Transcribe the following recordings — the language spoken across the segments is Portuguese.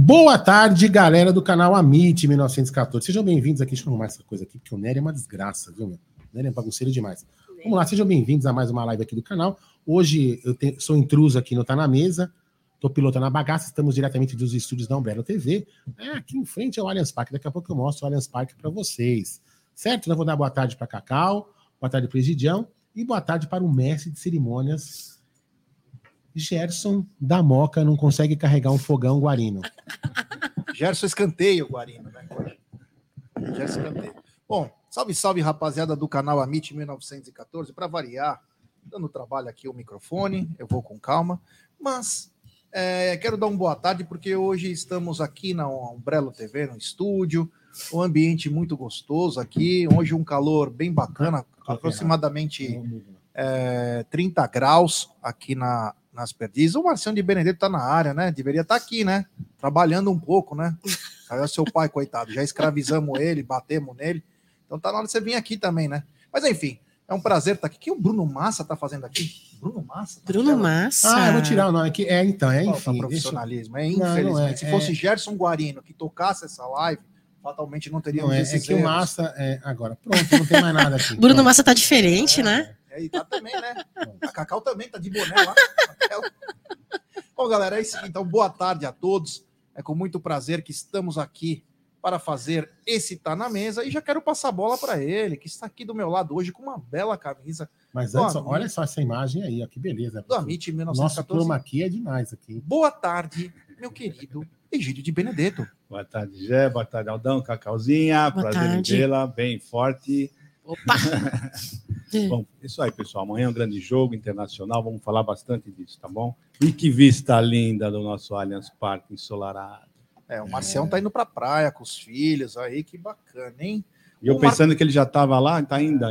Boa tarde, galera do canal Amit 1914. Sejam bem-vindos aqui. Deixa eu arrumar essa coisa aqui, porque o Nery é uma desgraça, viu, meu? O Nery é bagunceiro demais. Vamos lá, sejam bem-vindos a mais uma live aqui do canal. Hoje eu sou intruso aqui no Tá Na Mesa, tô pilotando a bagaça, estamos diretamente dos estúdios da Umbrella TV. Aqui em frente é o Allianz Parque, daqui a pouco eu mostro o Allianz Parque para vocês. Certo? Então eu vou dar boa tarde para Cacau, boa tarde para o Egidião e boa tarde para o mestre de cerimônias, Gerson da Moca. Não consegue carregar um fogão guarino. Gerson escanteio, Guarino, né? Gerson escanteio. Bom, salve, salve, rapaziada do canal Amit 1914. Para variar, dando trabalho aqui o microfone, eu vou com calma, mas quero dar uma boa tarde, porque hoje estamos aqui na Umbrella TV, no estúdio, um ambiente muito gostoso aqui, hoje um calor bem bacana, aproximadamente 30 graus aqui nas Perdizes. O Marcião de Benedetto tá na área, né? Deveria estar aqui, né? Trabalhando um pouco, né? Aí é seu pai, coitado. Já escravizamos ele, batemos nele. Então tá na hora de você vir aqui também, né? Mas enfim, é um prazer estar aqui. O que o Bruno Massa tá fazendo aqui? Bruno Massa? Bruno Massa? Eu vou tirar o nome aqui. Enfim. Profissionalismo. Infelizmente. Se fosse Gerson Guarino que tocasse essa live, fatalmente não teríamos esses que erros. O Massa agora. Pronto, não tem mais nada aqui. Bruno Massa tá diferente, né? E tá também, né? A Cacau também tá de boné lá. Bom, galera, é isso aqui. Então, boa tarde a todos. É com muito prazer que estamos aqui para fazer esse Tá Na Mesa. E já quero passar a bola para ele, que está aqui do meu lado hoje com uma bela camisa. Mas antes, olha só essa imagem aí, ó, que beleza. Do Amit 1914. Nossa turma aqui é demais aqui. Boa tarde, meu querido Egídio de Benedetto. Boa tarde, Gé. Boa tarde, Aldão, Cacauzinha. Boa prazer tarde. em vê-la, bem forte. Opa! Bom, isso aí, pessoal. Amanhã é um grande jogo internacional. Vamos falar bastante disso, tá bom? E que vista linda do nosso Allianz Parque ensolarado. O Marcião tá indo pra praia com os filhos aí, que bacana, hein? E eu pensando que ele já estava lá, tá ainda.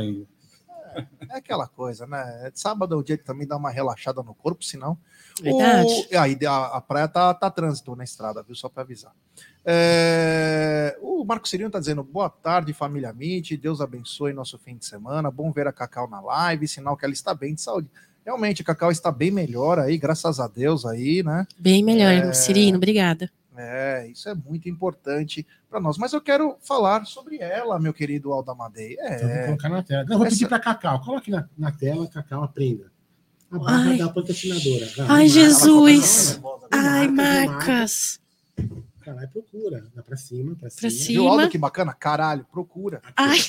É aquela coisa, né? Sábado é o dia que também dá uma relaxada no corpo, senão... Verdade. Aí a praia tá trânsito na estrada, viu? Só para avisar. O Marco Cirino tá dizendo, boa tarde, família Amit, Deus abençoe nosso fim de semana, bom ver a Cacau na live, sinal que ela está bem de saúde. Realmente, a Cacau está bem melhor aí, graças a Deus aí, né? Bem melhor, Cirino, obrigada. Isso é muito importante para nós. Mas eu quero falar sobre ela, meu querido Aldamadei. Então, vou colocar na tela. Não, vou pedir para Cacau. Coloque na tela, Cacau, aprenda. A barra da patrocinadora. Ai, Jesus. Ai, Marcas. Caralho, procura. Dá pra cima. Viu, Aldo, que bacana? Caralho, procura. Ai,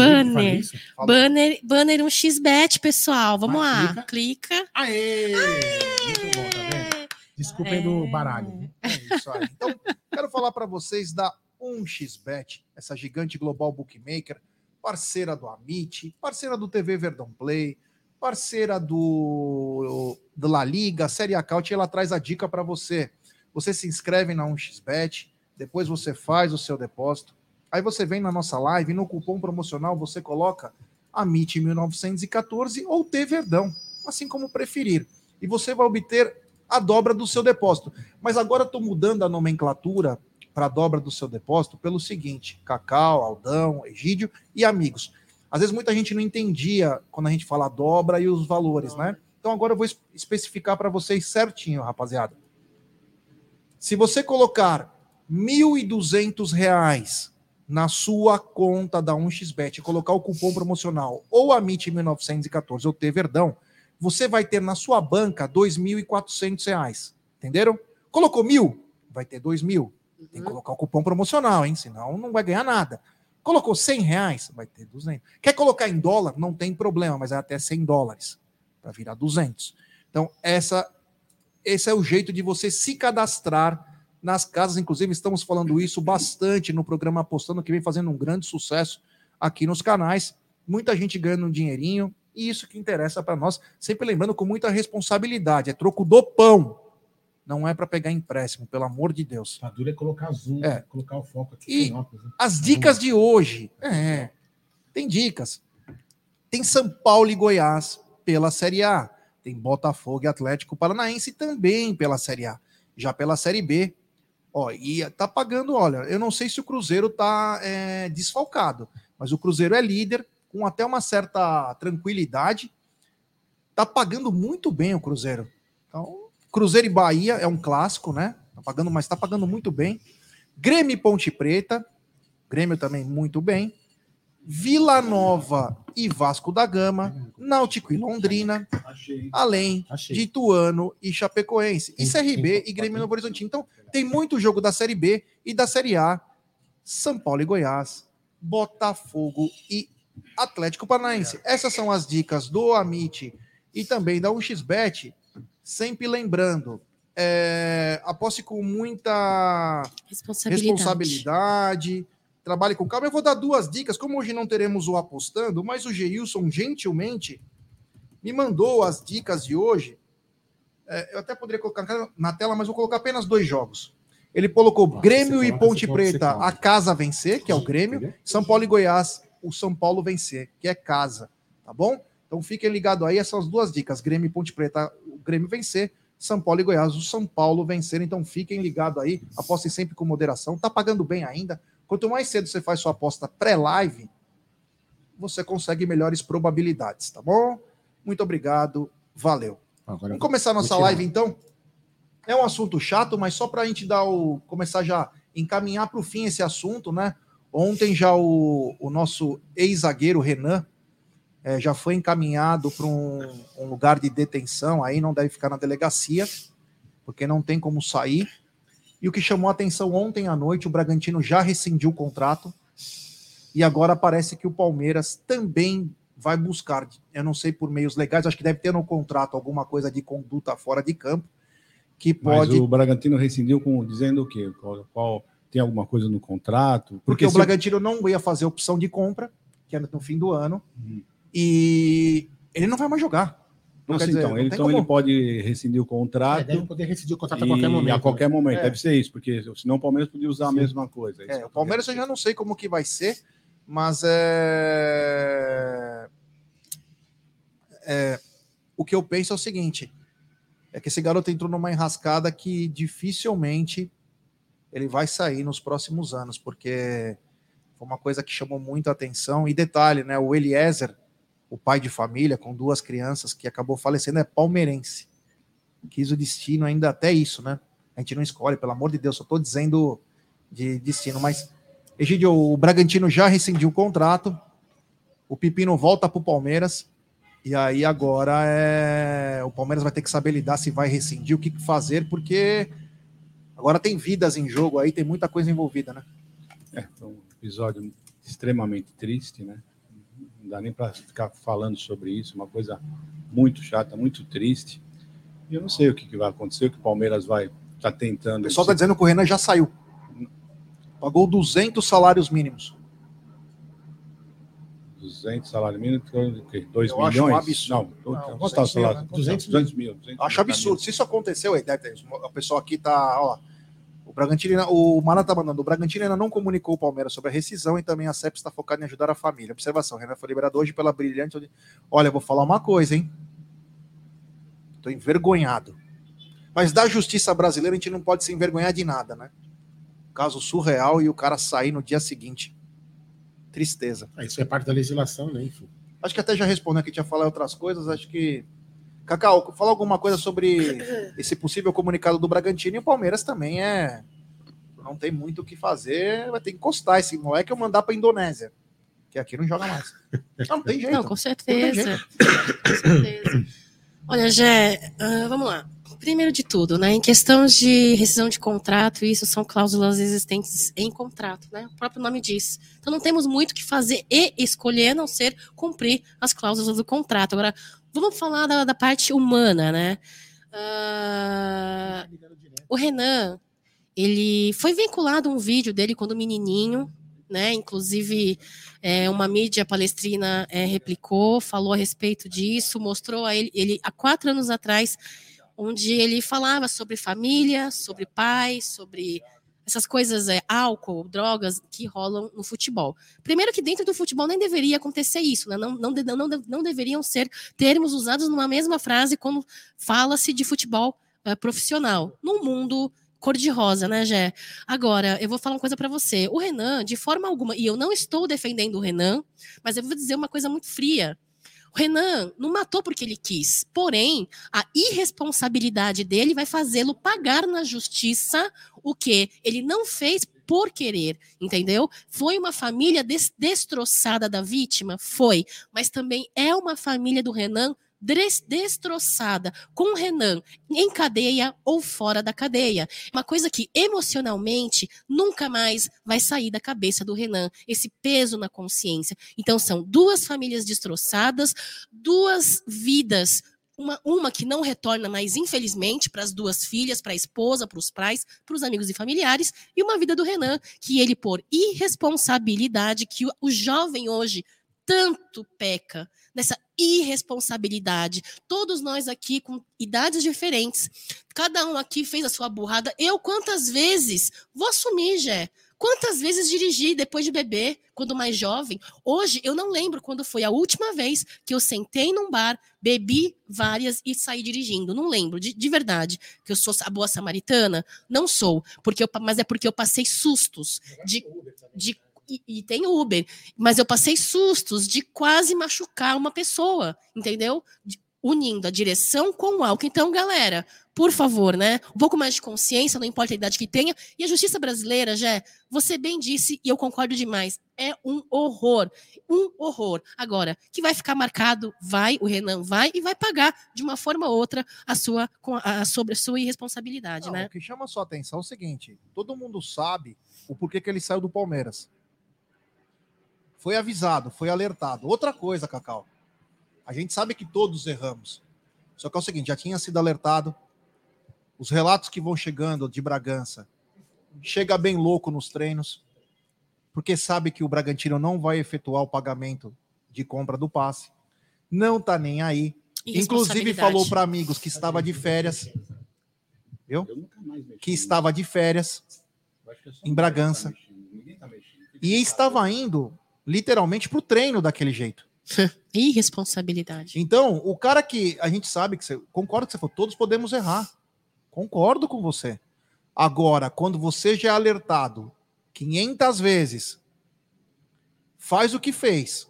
banner um xbet, pessoal. Vamos lá. Clica. Aê! Muito bom, tá vendo? Desculpem do baralho. É isso aí. Então, quero falar para vocês da 1xBet, essa gigante global bookmaker, parceira do Amit, parceira do TV Verdão Play, parceira do La Liga, Série A Caute. Ela traz a dica para você. Você se inscreve na 1xBet, depois você faz o seu depósito, aí você vem na nossa live e no cupom promocional você coloca Amit 1914 ou T Verdão, assim como preferir. E você vai obter a dobra do seu depósito. Mas agora eu estou mudando a nomenclatura para a dobra do seu depósito pelo seguinte: Cacau, Aldão, Egídio e amigos. Às vezes muita gente não entendia quando a gente fala dobra e os valores, né? Então agora eu vou especificar para vocês certinho, rapaziada. Se você colocar R$ 1.200 na sua conta da 1xBet e colocar o cupom promocional ou Amit 1914 ou T Verdão, você vai ter na sua banca R$ 2.400. Entenderam? Colocou 1.000, vai ter 2.000. Tem que colocar o cupom promocional, hein? Senão não vai ganhar nada. Colocou R$100, vai ter 200. Quer colocar em dólar? Não tem problema, mas é até $100 para virar 200. Então, esse é o jeito de você se cadastrar nas casas. Inclusive, estamos falando isso bastante no programa Apostando, que vem fazendo um grande sucesso aqui nos canais. Muita gente ganhando um dinheirinho, e isso que interessa para nós. Sempre lembrando, com muita responsabilidade. É troco do pão. Não é para pegar empréstimo, pelo amor de Deus. A dura é colocar zoom, colocar o foco aqui. E as dicas de hoje. Tem dicas. Tem São Paulo e Goiás pela Série A. Tem Botafogo e Atlético Paranaense também pela Série A. Já pela Série B. E tá pagando, olha, eu não sei se o Cruzeiro tá desfalcado, mas o Cruzeiro é líder, com até uma certa tranquilidade. Tá pagando muito bem o Cruzeiro. Então, Cruzeiro e Bahia é um clássico, né? Tá pagando, mas tá pagando muito bem. Grêmio e Ponte Preta, Grêmio também muito bem. Vila Nova e Vasco da Gama, Náutico e Londrina, além de Ituano e Chapecoense, e CRB e Grêmio Novo Horizontino. Então, tem muito jogo da Série B e da Série A, São Paulo e Goiás, Botafogo e Atlético Paranaense. Essas são as dicas do Amit e também da 1xBet, sempre lembrando, aposte com muita responsabilidade, trabalhe com calma. Eu vou dar 2 dicas, como hoje não teremos o Apostando, mas o Geilson gentilmente me mandou as dicas de hoje. Eu até poderia colocar na tela, mas vou colocar apenas 2 jogos. Ele colocou Grêmio e Ponte Preta, a casa vencer, que é o Grêmio, São Paulo e Goiás, o São Paulo vencer, que é casa, tá bom? Então fiquem ligados aí, essas 2 dicas, Grêmio e Ponte Preta, o Grêmio vencer, São Paulo e Goiás, o São Paulo vencer. Então fiquem ligados aí, apostem sempre com moderação, tá pagando bem ainda. Quanto mais cedo você faz sua aposta pré-live, você consegue melhores probabilidades, tá bom? Muito obrigado, valeu. Vamos começar nossa live, então? É um assunto chato, mas só para a gente começar já a encaminhar para o fim esse assunto, né? Ontem já o nosso ex-zagueiro Renan já foi encaminhado para um lugar de detenção, aí não deve ficar na delegacia, porque não tem como sair. E o que chamou a atenção ontem à noite, o Bragantino já rescindiu o contrato e agora parece que o Palmeiras também vai buscar, eu não sei por meios legais, acho que deve ter no contrato alguma coisa de conduta fora de campo, que pode... Mas o Bragantino rescindiu dizendo o quê? Qual tem alguma coisa no contrato? Porque o Bragantino não ia fazer opção de compra, que era no fim do ano, e ele não vai mais jogar. Ele pode rescindir o contrato. Deve poder rescindir o contrato a qualquer momento. A qualquer momento, deve ser isso, porque senão o Palmeiras podia usar a mesma coisa. O Palmeiras eu já não sei como que vai ser, mas o que eu penso é o seguinte, é que esse garoto entrou numa enrascada que dificilmente ele vai sair nos próximos anos, porque foi uma coisa que chamou muito a atenção. E detalhe, né, o Eliezer, o pai de família, com 2 crianças, que acabou falecendo, é palmeirense. Quis o destino ainda até isso, né? A gente não escolhe, pelo amor de Deus, só estou dizendo de destino. Mas, Egidio, o Bragantino já rescindiu o contrato, o Pepino volta para o Palmeiras, e aí agora o Palmeiras vai ter que saber lidar se vai rescindir, o que fazer, porque agora tem vidas em jogo aí, tem muita coisa envolvida, né? Foi um episódio extremamente triste, né? Não dá nem para ficar falando sobre isso, uma coisa muito chata, muito triste. E eu não sei o que vai acontecer, o que o Palmeiras vai estar tentando. O pessoal está dizendo que o Renan já saiu. Pagou 200 salários mínimos. 200 salários mínimos, o quê? 2 eu milhões? Acho um absurdo. Não, quanto está o salário? Né? 200 mil. Acho absurdo. Se isso aconteceu, o pessoal aqui está... Ó, o Bragantino, o Mara tá mandando, o Bragantino ainda não comunicou o Palmeiras sobre a rescisão e também a CEP está focada em ajudar a família. Observação, Renan foi liberado hoje pela brilhante... Olha, eu vou falar uma coisa, hein? Tô envergonhado. Mas da justiça brasileira a gente não pode se envergonhar de nada, né? Caso surreal e o cara sair no dia seguinte. Tristeza. Isso é parte da legislação, né? Enfim. Acho que até já respondeu aqui, tinha falado outras coisas, acho que... Cacau, fala alguma coisa sobre esse possível comunicado do Bragantino, e o Palmeiras também não tem muito o que fazer, vai ter que encostar esse moleque ou mandar para a Indonésia, que aqui não joga mais. Não tem jeito. Não, com certeza. Com certeza. Olha, Gé, vamos lá. Primeiro de tudo, né, em questão de rescisão de contrato, isso são cláusulas existentes em contrato, né? O próprio nome diz. Então não temos muito o que fazer e escolher, a não ser cumprir as cláusulas do contrato. Agora, vamos falar da parte humana, né? O Renan, ele foi vinculado um vídeo dele quando menininho, né? Inclusive, uma mídia palestrina replicou, falou a respeito disso, mostrou a ele há 4 anos atrás, onde ele falava sobre família, sobre pai, sobre essas coisas, álcool, drogas que rolam no futebol. Primeiro que dentro do futebol nem deveria acontecer isso, né? Não deveriam ser termos usados numa mesma frase quando fala-se de futebol profissional, num mundo cor-de-rosa, né, Gé? Agora, eu vou falar uma coisa para você. O Renan, de forma alguma, e eu não estou defendendo o Renan, mas eu vou dizer uma coisa muito fria. O Renan não matou porque ele quis. Porém, a irresponsabilidade dele vai fazê-lo pagar na justiça o que ele não fez por querer, entendeu? Foi uma família destroçada da vítima? Foi. Mas também é uma família do Renan destroçada, com o Renan em cadeia ou fora da cadeia. Uma coisa que emocionalmente nunca mais vai sair da cabeça do Renan, esse peso na consciência. Então são duas famílias destroçadas, duas vidas, uma que não retorna mais, infelizmente, para as duas filhas, para a esposa, para os pais, para os amigos e familiares, e uma vida do Renan, que ele, por irresponsabilidade, que o jovem hoje tanto peca, nessa irresponsabilidade. Todos nós aqui com idades diferentes, cada um aqui fez a sua burrada. Eu, quantas vezes, vou assumir, Jé, quantas vezes dirigi depois de beber, quando mais jovem? Hoje, eu não lembro quando foi a última vez que eu sentei num bar, bebi várias e saí dirigindo. Não lembro, de verdade, que eu sou a boa samaritana. Não sou, mas é porque eu passei sustos e tem Uber, mas eu passei sustos de quase machucar uma pessoa, entendeu? Unindo a direção com o álcool. Então, galera, por favor, né? Um pouco mais de consciência, não importa a idade que tenha. E a justiça brasileira, Jé, você bem disse, e eu concordo demais, é um horror. Um horror. Agora, que vai ficar marcado, o Renan vai e vai pagar, de uma forma ou outra, sobre a sua irresponsabilidade, né? O que chama a sua atenção é o seguinte, todo mundo sabe o porquê que ele saiu do Palmeiras. Foi avisado, foi alertado. Outra coisa, Cacau, a gente sabe que todos erramos. Só que é o seguinte, já tinha sido alertado. Os relatos que vão chegando de Bragança, chega bem louco nos treinos, porque sabe que o Bragantino não vai efetuar o pagamento de compra do passe. Não tá nem aí. Inclusive falou para amigos que estava de férias. Viu? Que estava de férias em Bragança. E estava indo literalmente para o treino daquele jeito. Irresponsabilidade. Então, o cara que a gente sabe que concordo que você falou, todos podemos errar. Concordo com você. Agora, quando você já é alertado 500 vezes, faz o que fez.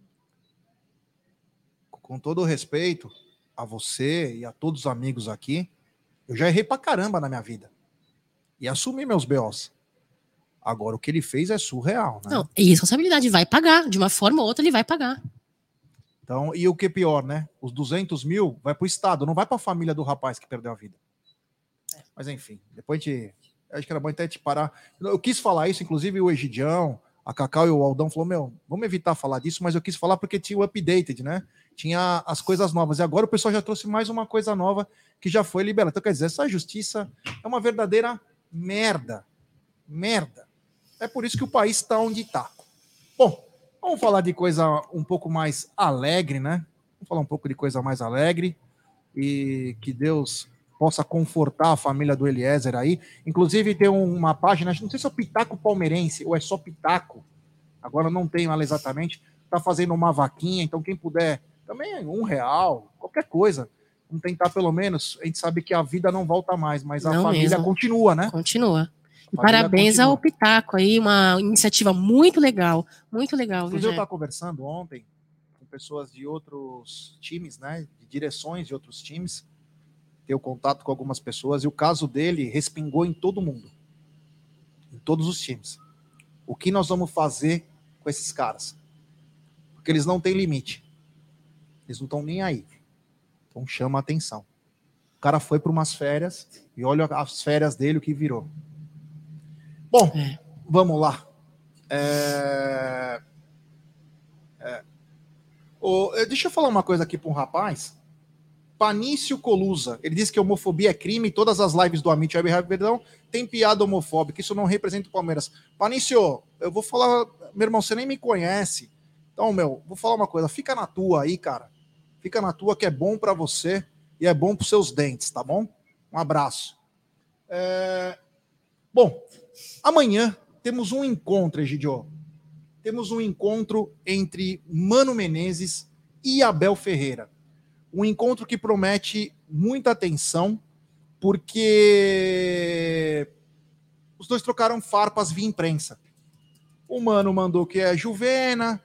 Com todo o respeito a você e a todos os amigos aqui, eu já errei pra caramba na minha vida. E assumi meus BOs. Agora, o que ele fez é surreal, né? Não, irresponsabilidade, vai pagar. De uma forma ou outra, ele vai pagar. Então, e o que é pior, né? Os 200 mil vai pro Estado, não vai pra família do rapaz que perdeu a vida. Mas, enfim, depois acho que era bom até te parar. Eu quis falar isso, inclusive o Egidião, a Cacau e o Aldão falou, vamos evitar falar disso, mas eu quis falar porque tinha o updated, né? Tinha as coisas novas. E agora o pessoal já trouxe mais uma coisa nova que já foi liberada. Então, quer dizer, essa justiça é uma verdadeira merda. Merda. É por isso que o país está onde está. Bom, vamos falar de coisa um pouco mais alegre, né? Vamos falar um pouco de coisa mais alegre e que Deus possa confortar a família do Eliezer aí. Inclusive tem uma página, não sei se é o Pitaco Palmeirense ou é só Pitaco, agora não tenho ela exatamente, tá fazendo uma vaquinha, então quem puder, também R$1, qualquer coisa, vamos tentar pelo menos, a gente sabe que a vida não volta mais, mas a família continua, né? Continua. E parabéns ao Pitaco aí, uma iniciativa muito legal, viu, Inclusive eu estava conversando ontem com pessoas de outros times, né, de direções de outros times, ter contato com algumas pessoas, e o caso dele respingou em todo mundo, em todos os times. O que nós vamos fazer com esses caras? Porque eles não têm limite, eles não estão nem aí, então chama a atenção. O cara foi para umas férias, e olha as férias dele, o que virou. Bom, vamos lá. Deixa eu falar uma coisa aqui para um rapaz. Panício Colusa. Ele disse que homofobia é crime. Todas as lives do Amit Web Verdão tem piada homofóbica. Isso não representa o Palmeiras. Panício, eu vou falar... Meu irmão, você nem me conhece. Então, vou falar uma coisa. Fica na tua aí, cara. Fica na tua que é bom para você e é bom para os seus dentes, tá bom? Um abraço. Bom, amanhã temos um encontro, Egidio. Temos um encontro entre Mano Menezes e Abel Ferreira. Um encontro que promete muita atenção, porque os dois trocaram farpas via imprensa. O Mano mandou que é Juvena,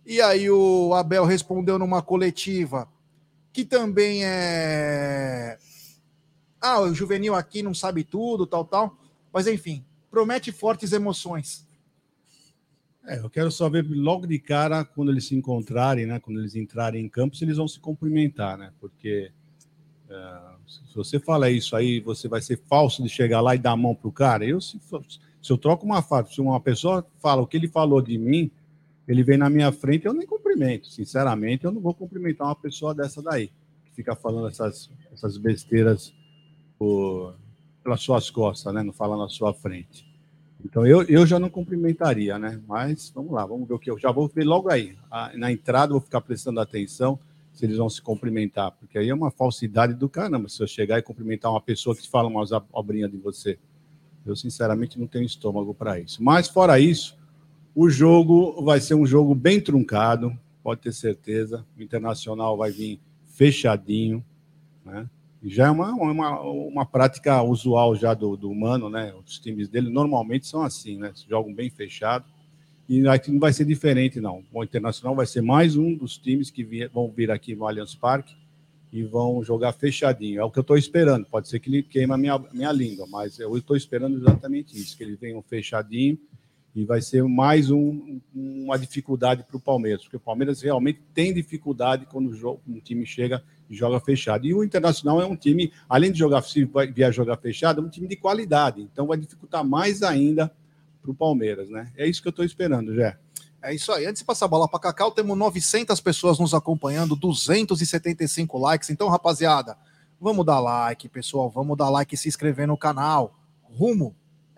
E aí o Abel respondeu numa coletiva que também é... o juvenil aqui não sabe tudo, tal. Mas, enfim, promete fortes emoções. Eu quero só ver logo de cara, quando eles se encontrarem, né? Quando eles entrarem em campo, se eles vão se cumprimentar, né? Porque se você fala isso aí, você vai ser falso de chegar lá e dar a mão pro cara. Se eu troco se uma pessoa fala o que ele falou de mim, ele vem na minha frente, eu nem cumprimento. Sinceramente, eu não vou cumprimentar uma pessoa dessa daí, que fica falando essas besteiras pelas suas costas, né? Não fala na sua frente. Então, eu já não cumprimentaria, né? Mas, vamos lá, vamos ver o que eu já vou ver logo aí. Na entrada, vou ficar prestando atenção se eles vão se cumprimentar, porque aí é uma falsidade do caramba, se eu chegar e cumprimentar uma pessoa que fala umas obrinhas de você. Eu, sinceramente, não tenho estômago para isso. Mas, fora isso, o jogo vai ser um jogo bem truncado, pode ter certeza. O Internacional vai vir fechadinho, né? Já é uma prática usual já do Mano, né? Os times dele normalmente são assim, né? Jogam bem fechado. E aqui não vai ser diferente, não. O Internacional vai ser mais um dos times que vão vir aqui no Allianz Parque e vão jogar fechadinho. É o que eu estou esperando. Pode ser que ele queime a minha língua, mas eu estou esperando exatamente isso, que eles venham fechadinho. E vai ser mais uma dificuldade para o Palmeiras, porque o Palmeiras realmente tem dificuldade quando um time chega e joga fechado. E o Internacional é um time, além de vier jogar fechado, é um time de qualidade. Então vai dificultar mais ainda para o Palmeiras, né? É isso que eu estou esperando, Jé. É isso aí. Antes de passar a bola para Cacau, temos 900 pessoas nos acompanhando, 275 likes. Então, rapaziada, vamos dar like, pessoal. Vamos dar like e se inscrever no canal. Rumo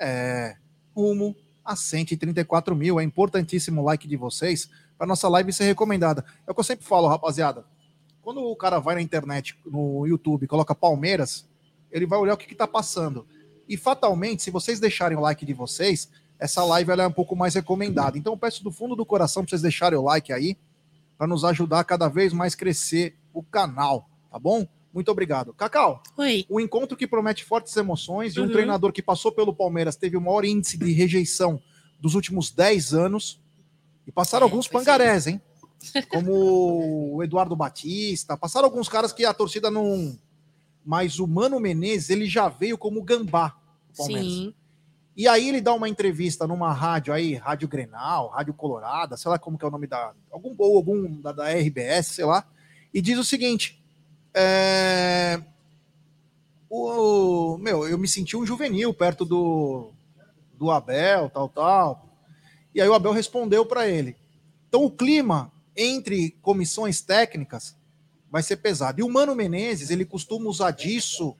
a 134 mil. É importantíssimo o like de vocês para nossa live ser recomendada. É o que eu sempre falo, rapaziada. Quando o cara vai na internet, no YouTube, coloca Palmeiras, ele vai olhar o que está passando. E fatalmente, se vocês deixarem o like de vocês, essa live ela é um pouco mais recomendada. Então eu peço do fundo do coração para vocês deixarem o like aí, para nos ajudar a cada vez mais crescer o canal, tá bom? Muito obrigado. Cacau, Oi. Um encontro que promete fortes emoções de um treinador que passou pelo Palmeiras, teve o maior índice de rejeição dos últimos 10 anos, e passaram alguns pangarés, hein? Como o Eduardo Batista, passaram alguns caras que a torcida não... Mas o Mano Menezes, ele já veio como gambá do Palmeiras. Sim. E aí ele dá uma entrevista numa rádio aí, Rádio Grenal, Rádio Colorada, sei lá como que é o nome da... Algum da RBS, sei lá, e diz o seguinte... eu me senti um juvenil perto do Abel, tal. E aí o Abel respondeu para ele. Então o clima entre comissões técnicas vai ser pesado. E o Mano Menezes, ele costuma usar disso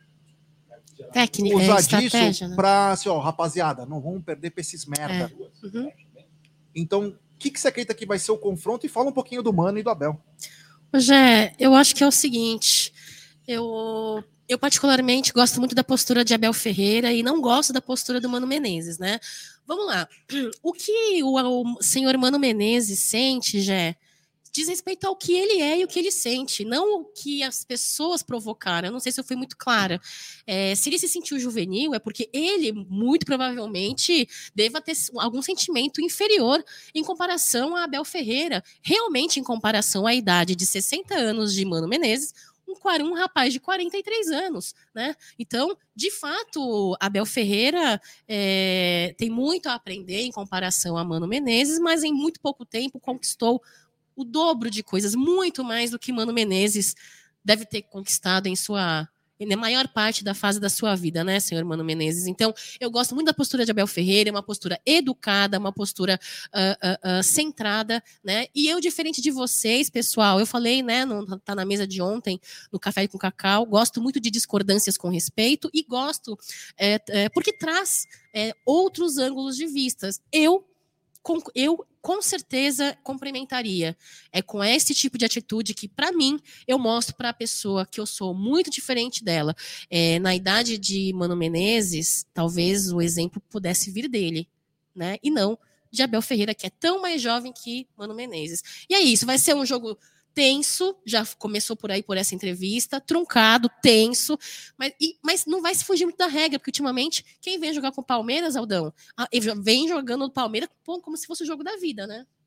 para assim, rapaziada, não vamos perder para esses merda. Então, o que você acredita que vai ser o confronto? E fala um pouquinho do Mano e do Abel. Jé, eu acho que é o seguinte, eu particularmente gosto muito da postura de Abel Ferreira e não gosto da postura do Mano Menezes, né? Vamos lá. O que o senhor Mano Menezes sente, Jé, diz respeito ao que ele é e o que ele sente, não o que as pessoas provocaram. Eu não sei se eu fui muito clara. Se ele se sentiu juvenil, é porque ele, muito provavelmente, deva ter algum sentimento inferior em comparação a Abel Ferreira. Realmente, em comparação à idade de 60 anos de Mano Menezes, um rapaz de 43 anos, né? Então, de fato, Abel Ferreira tem muito a aprender em comparação a Mano Menezes, mas em muito pouco tempo conquistou o dobro de coisas, muito mais do que Mano Menezes deve ter conquistado na maior parte da fase da sua vida, né, senhor Mano Menezes? Então, eu gosto muito da postura de Abel Ferreira, uma postura educada, uma postura centrada, né? E eu, diferente de vocês, pessoal, eu falei, né, tá na mesa de ontem, no Café com Cacau, gosto muito de discordâncias com respeito e gosto porque traz outros ângulos de vistas. Eu com certeza cumprimentaria. É com esse tipo de atitude que, para mim, eu mostro para a pessoa que eu sou muito diferente dela. Na idade de Mano Menezes, talvez o exemplo pudesse vir dele, né? E não de Abel Ferreira, que é tão mais jovem que Mano Menezes. E é isso, vai ser um jogo tenso, já começou por aí, por essa entrevista, truncado, tenso, mas não vai se fugir muito da regra, porque ultimamente, quem vem jogar com o Palmeiras, Aldão, vem jogando no Palmeiras como se fosse o jogo da vida, né?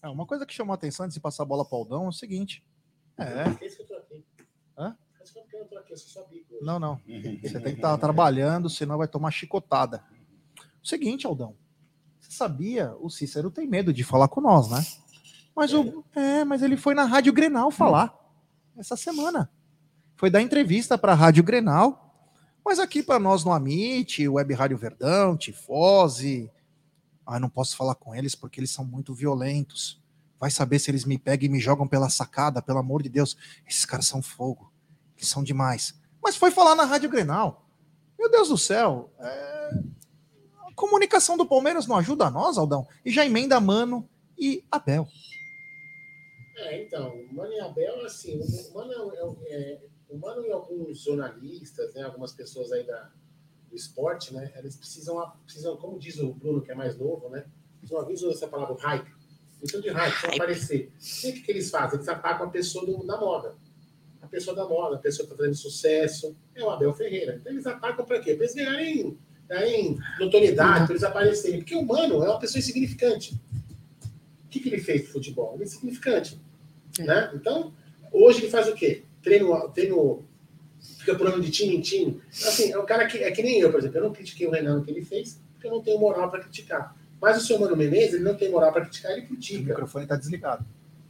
Uma coisa que chamou a atenção antes de passar a bola para o Aldão é o seguinte. Esse que eu tô aqui. Hã? Esse que eu tô aqui, eu só sabia. Não. Você tem que estar trabalhando, senão vai tomar chicotada. O seguinte, Aldão. Você sabia? O Cícero tem medo de falar com nós, né? Mas ele foi na Rádio Grenal falar essa semana. Foi dar entrevista para a Rádio Grenal. Mas aqui para nós no Amit, Web Rádio Verdão, Tifose... não posso falar com eles porque eles são muito violentos. Vai saber se eles me pegam e me jogam pela sacada, pelo amor de Deus. Esses caras são fogo. Eles são demais. Mas foi falar na Rádio Grenal. Meu Deus do céu. A comunicação do Palmeiras não ajuda a nós, Aldão? E já emenda Mano e Abel. Então, o Mano e Abel, assim, o Mano e alguns jornalistas, né, algumas pessoas aí do esporte, né, eles precisam, como diz o Bruno, que é mais novo, né, precisam avisar essa palavra, hype. Então, de hype, precisam aparecer. E o que eles fazem? Eles atacam a pessoa da moda. A pessoa da moda, a pessoa que está fazendo sucesso, é o Abel Ferreira. Então, eles atacam para quê? Para eles ganharem notoriedade, para eles aparecerem. Porque o Mano é uma pessoa insignificante. O que ele fez pro futebol? Ele é insignificante. Né? Então, hoje ele faz o quê? Treino fica pulando de time em time. Assim, é um cara que é que nem eu, por exemplo. Eu não critiquei o Renan que ele fez, porque eu não tenho moral para criticar. Mas o seu Mano Menezes, ele não tem moral para criticar, ele critica. O microfone está desligado.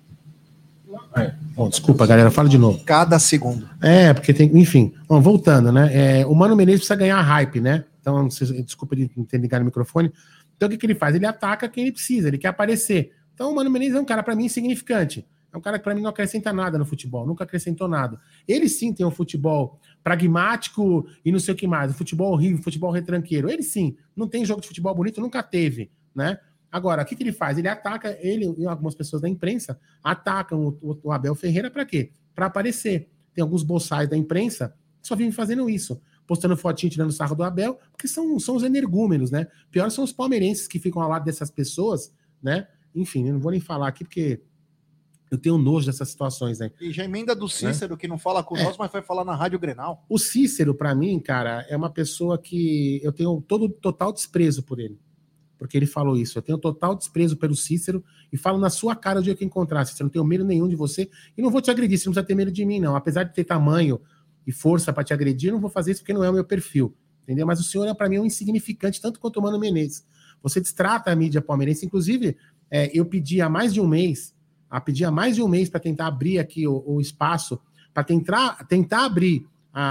Bom, desculpa, galera, fala de novo. Cada segundo. Porque tem, enfim. Bom, voltando, né? O Mano Menezes precisa ganhar hype, né? Então, desculpa ele ter ligado o microfone. Então, o que ele faz? Ele ataca quem ele precisa, ele quer aparecer. Então, o Mano Menezes é um cara, para mim, insignificante. É um cara que, para mim, não acrescenta nada no futebol. Nunca acrescentou nada. Ele, sim, tem um futebol pragmático e não sei o que mais. O futebol horrível, futebol retranqueiro. Ele, sim. Não tem jogo de futebol bonito, nunca teve, né? Agora, o que ele faz? Ele ataca, ele e algumas pessoas da imprensa atacam o Abel Ferreira para quê? Para aparecer. Tem alguns boçais da imprensa que só vivem fazendo isso. Postando fotinho, tirando sarro do Abel, porque são os energúmenos, né? Pior são os palmeirenses que ficam ao lado dessas pessoas, né? Enfim, eu não vou nem falar aqui porque eu tenho nojo dessas situações, né? E já emenda do Cícero, que não fala com nós, mas vai falar na Rádio Grenal. O Cícero, para mim, cara, é uma pessoa que eu tenho total desprezo por ele. Porque ele falou isso. Eu tenho total desprezo pelo Cícero e falo na sua cara o dia que encontrar. Cícero, não tenho medo nenhum de você e não vou te agredir. Você não precisa ter medo de mim, não. Apesar de ter tamanho e força para te agredir, eu não vou fazer isso porque não é o meu perfil. Entendeu? Mas o senhor é, para mim, um insignificante, tanto quanto o Mano Menezes. Você destrata a mídia palmeirense. Inclusive, eu pedi há mais de um mês para tentar abrir aqui o espaço, para tentar abrir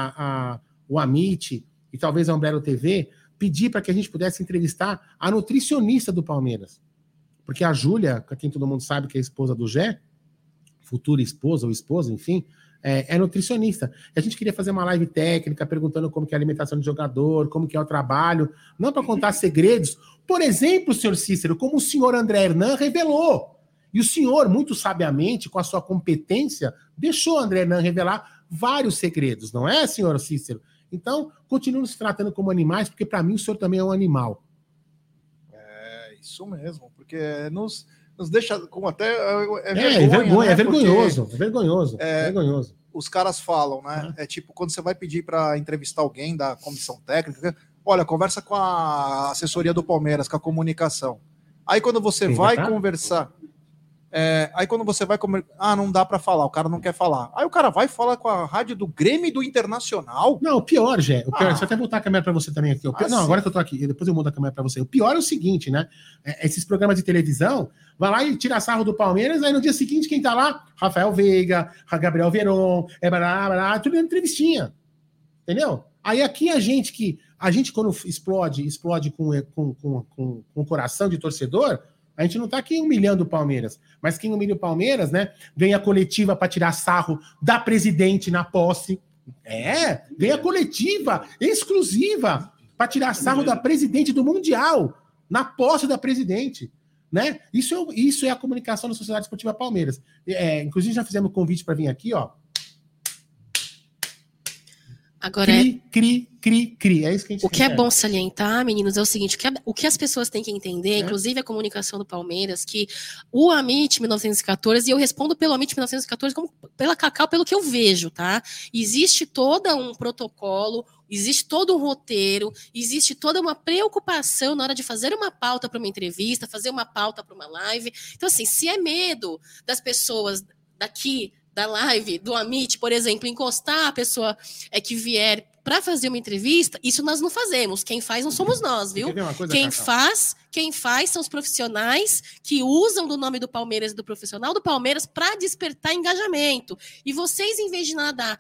o Amit e talvez a Umbrella TV, pedir para que a gente pudesse entrevistar a nutricionista do Palmeiras. Porque a Júlia, quem todo mundo sabe que é a esposa do Gé, futura esposa ou esposa, enfim, é nutricionista. E a gente queria fazer uma live técnica perguntando como que é a alimentação do jogador, como que é o trabalho, não para contar segredos. Por exemplo, senhor Cícero, como o senhor André Hernan revelou. E o senhor, muito sabiamente, com a sua competência, deixou o André Hernan revelar vários segredos, não é, senhor Cícero? Então, continue se tratando como animais, porque para mim o senhor também é um animal. É isso mesmo, porque nos deixa com até... É vergonhoso. Os caras falam, né? É tipo, quando você vai pedir para entrevistar alguém da comissão técnica, olha, conversa com a assessoria do Palmeiras, com a comunicação. Aí quando você vai conversar... aí quando você vai não dá pra falar, o cara não quer falar. Aí o cara vai falar com a rádio do Grêmio e do Internacional. Não, o pior, Gé, deixa eu até voltar a câmera pra você também aqui. Agora que eu tô aqui, depois eu mudo a câmera pra você. O pior é o seguinte, né? Esses programas de televisão, vai lá e tira sarro do Palmeiras, aí no dia seguinte quem tá lá? Rafael Veiga, Gabriel Veron, tudo entrevistinha. Entendeu? Aí aqui a gente quando explode com o coração de torcedor, a gente não tá aqui humilhando o Palmeiras, mas quem humilha o Palmeiras, né, ganha coletiva para tirar sarro da presidente na posse. Ganha coletiva exclusiva para tirar sarro da presidente do Mundial na posse da presidente, né? Isso é a comunicação da Sociedade Esportiva Palmeiras. Inclusive já fizemos convite para vir aqui, ó. Agora cri. É isso que a gente o que é bom salientar, meninos, é o seguinte, o que as pessoas têm que entender, inclusive a comunicação do Palmeiras, que o Amit 1914, e eu respondo pelo Amit 1914 como pela Cacau, pelo que eu vejo, tá? Existe todo um protocolo Existe todo um roteiro, existe toda uma preocupação na hora de fazer uma pauta para uma entrevista, fazer uma pauta para uma live. Então, assim, se é medo das pessoas daqui da live, do Amit, por exemplo, encostar a pessoa que vier para fazer uma entrevista, isso nós não fazemos. Quem faz não somos nós, viu? Quem faz são os profissionais que usam do nome do Palmeiras e do profissional do Palmeiras para despertar engajamento. E vocês, em vez de nadar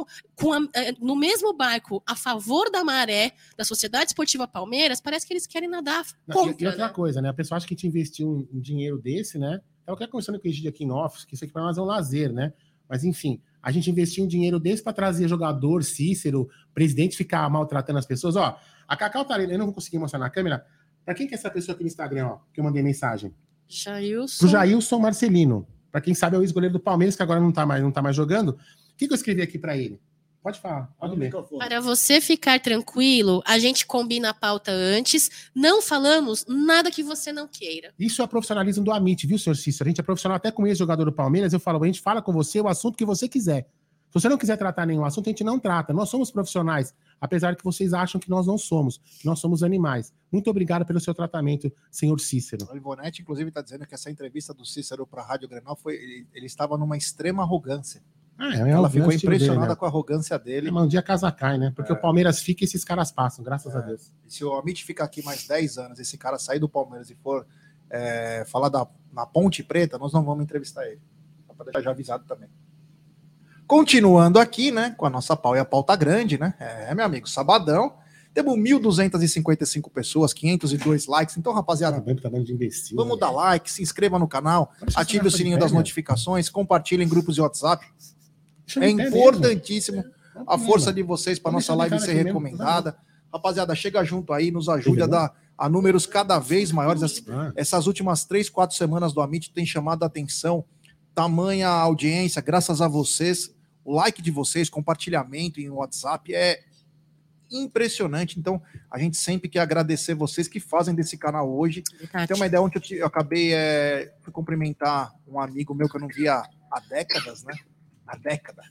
no mesmo barco a favor da maré da Sociedade Esportiva Palmeiras, parece que eles querem nadar contra. E outra coisa, né? A pessoa acha que a gente investiu um dinheiro desse, né? É o que é conversando com o Egídio aqui em office, que isso aqui para nós é um lazer, né? Mas, enfim, a gente investiu um dinheiro desse para trazer jogador, Cícero, presidente ficar maltratando as pessoas. Ó, a Cacau tá ali, eu não vou conseguir mostrar na câmera. Para quem que é essa pessoa aqui no Instagram, ó, que eu mandei mensagem? Jailson. Pro Jailson Marcelino. Para quem sabe é o ex-goleiro do Palmeiras, que agora não tá mais jogando. O que eu escrevi aqui para ele? Pode falar, pode ler. Para você ficar tranquilo, a gente combina a pauta antes, não falamos nada que você não queira. Isso é profissionalismo do Amit, viu, senhor Cícero? A gente é profissional até com ex-jogador do Palmeiras, eu falo, a gente fala com você o assunto que você quiser. Se você não quiser tratar nenhum assunto, a gente não trata. Nós somos profissionais, apesar que vocês acham que nós não somos. Nós somos animais. Muito obrigado pelo seu tratamento, senhor Cícero. O Ivonete, inclusive, está dizendo que essa entrevista do Cícero para a Rádio Grenal ele estava numa extrema arrogância. Ela ficou impressionada dele, né? Com a arrogância dele. Mas um dia a casa cai, né? Porque o Palmeiras fica e esses caras passam, graças a Deus. E se o Amit ficar aqui mais 10 anos, esse cara sair do Palmeiras e for falar na Ponte Preta, nós não vamos entrevistar ele. Só para deixar já avisado também. Continuando aqui, né? Com a nossa pau e a pauta grande, né? Meu amigo, sabadão. Temos 1.255 pessoas, 502 likes. Então, rapaziada, vamos dar like, se inscreva no canal, ative o sininho das notificações, compartilhe em grupos de WhatsApp. É importantíssimo a força de vocês para nossa live ser recomendada. Rapaziada, chega junto aí, nos ajude a números cada vez maiores. Essas últimas 3-4 semanas do Amit tem chamado a atenção, tamanha audiência, graças a vocês. O like de vocês, compartilhamento em WhatsApp é impressionante. Então, a gente sempre quer agradecer vocês que fazem desse canal hoje. Tem uma ideia, ontem eu acabei fui cumprimentar um amigo meu que eu não via há décadas, né? Há década.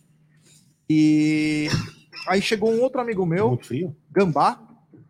E aí chegou um outro amigo meu, Gambá,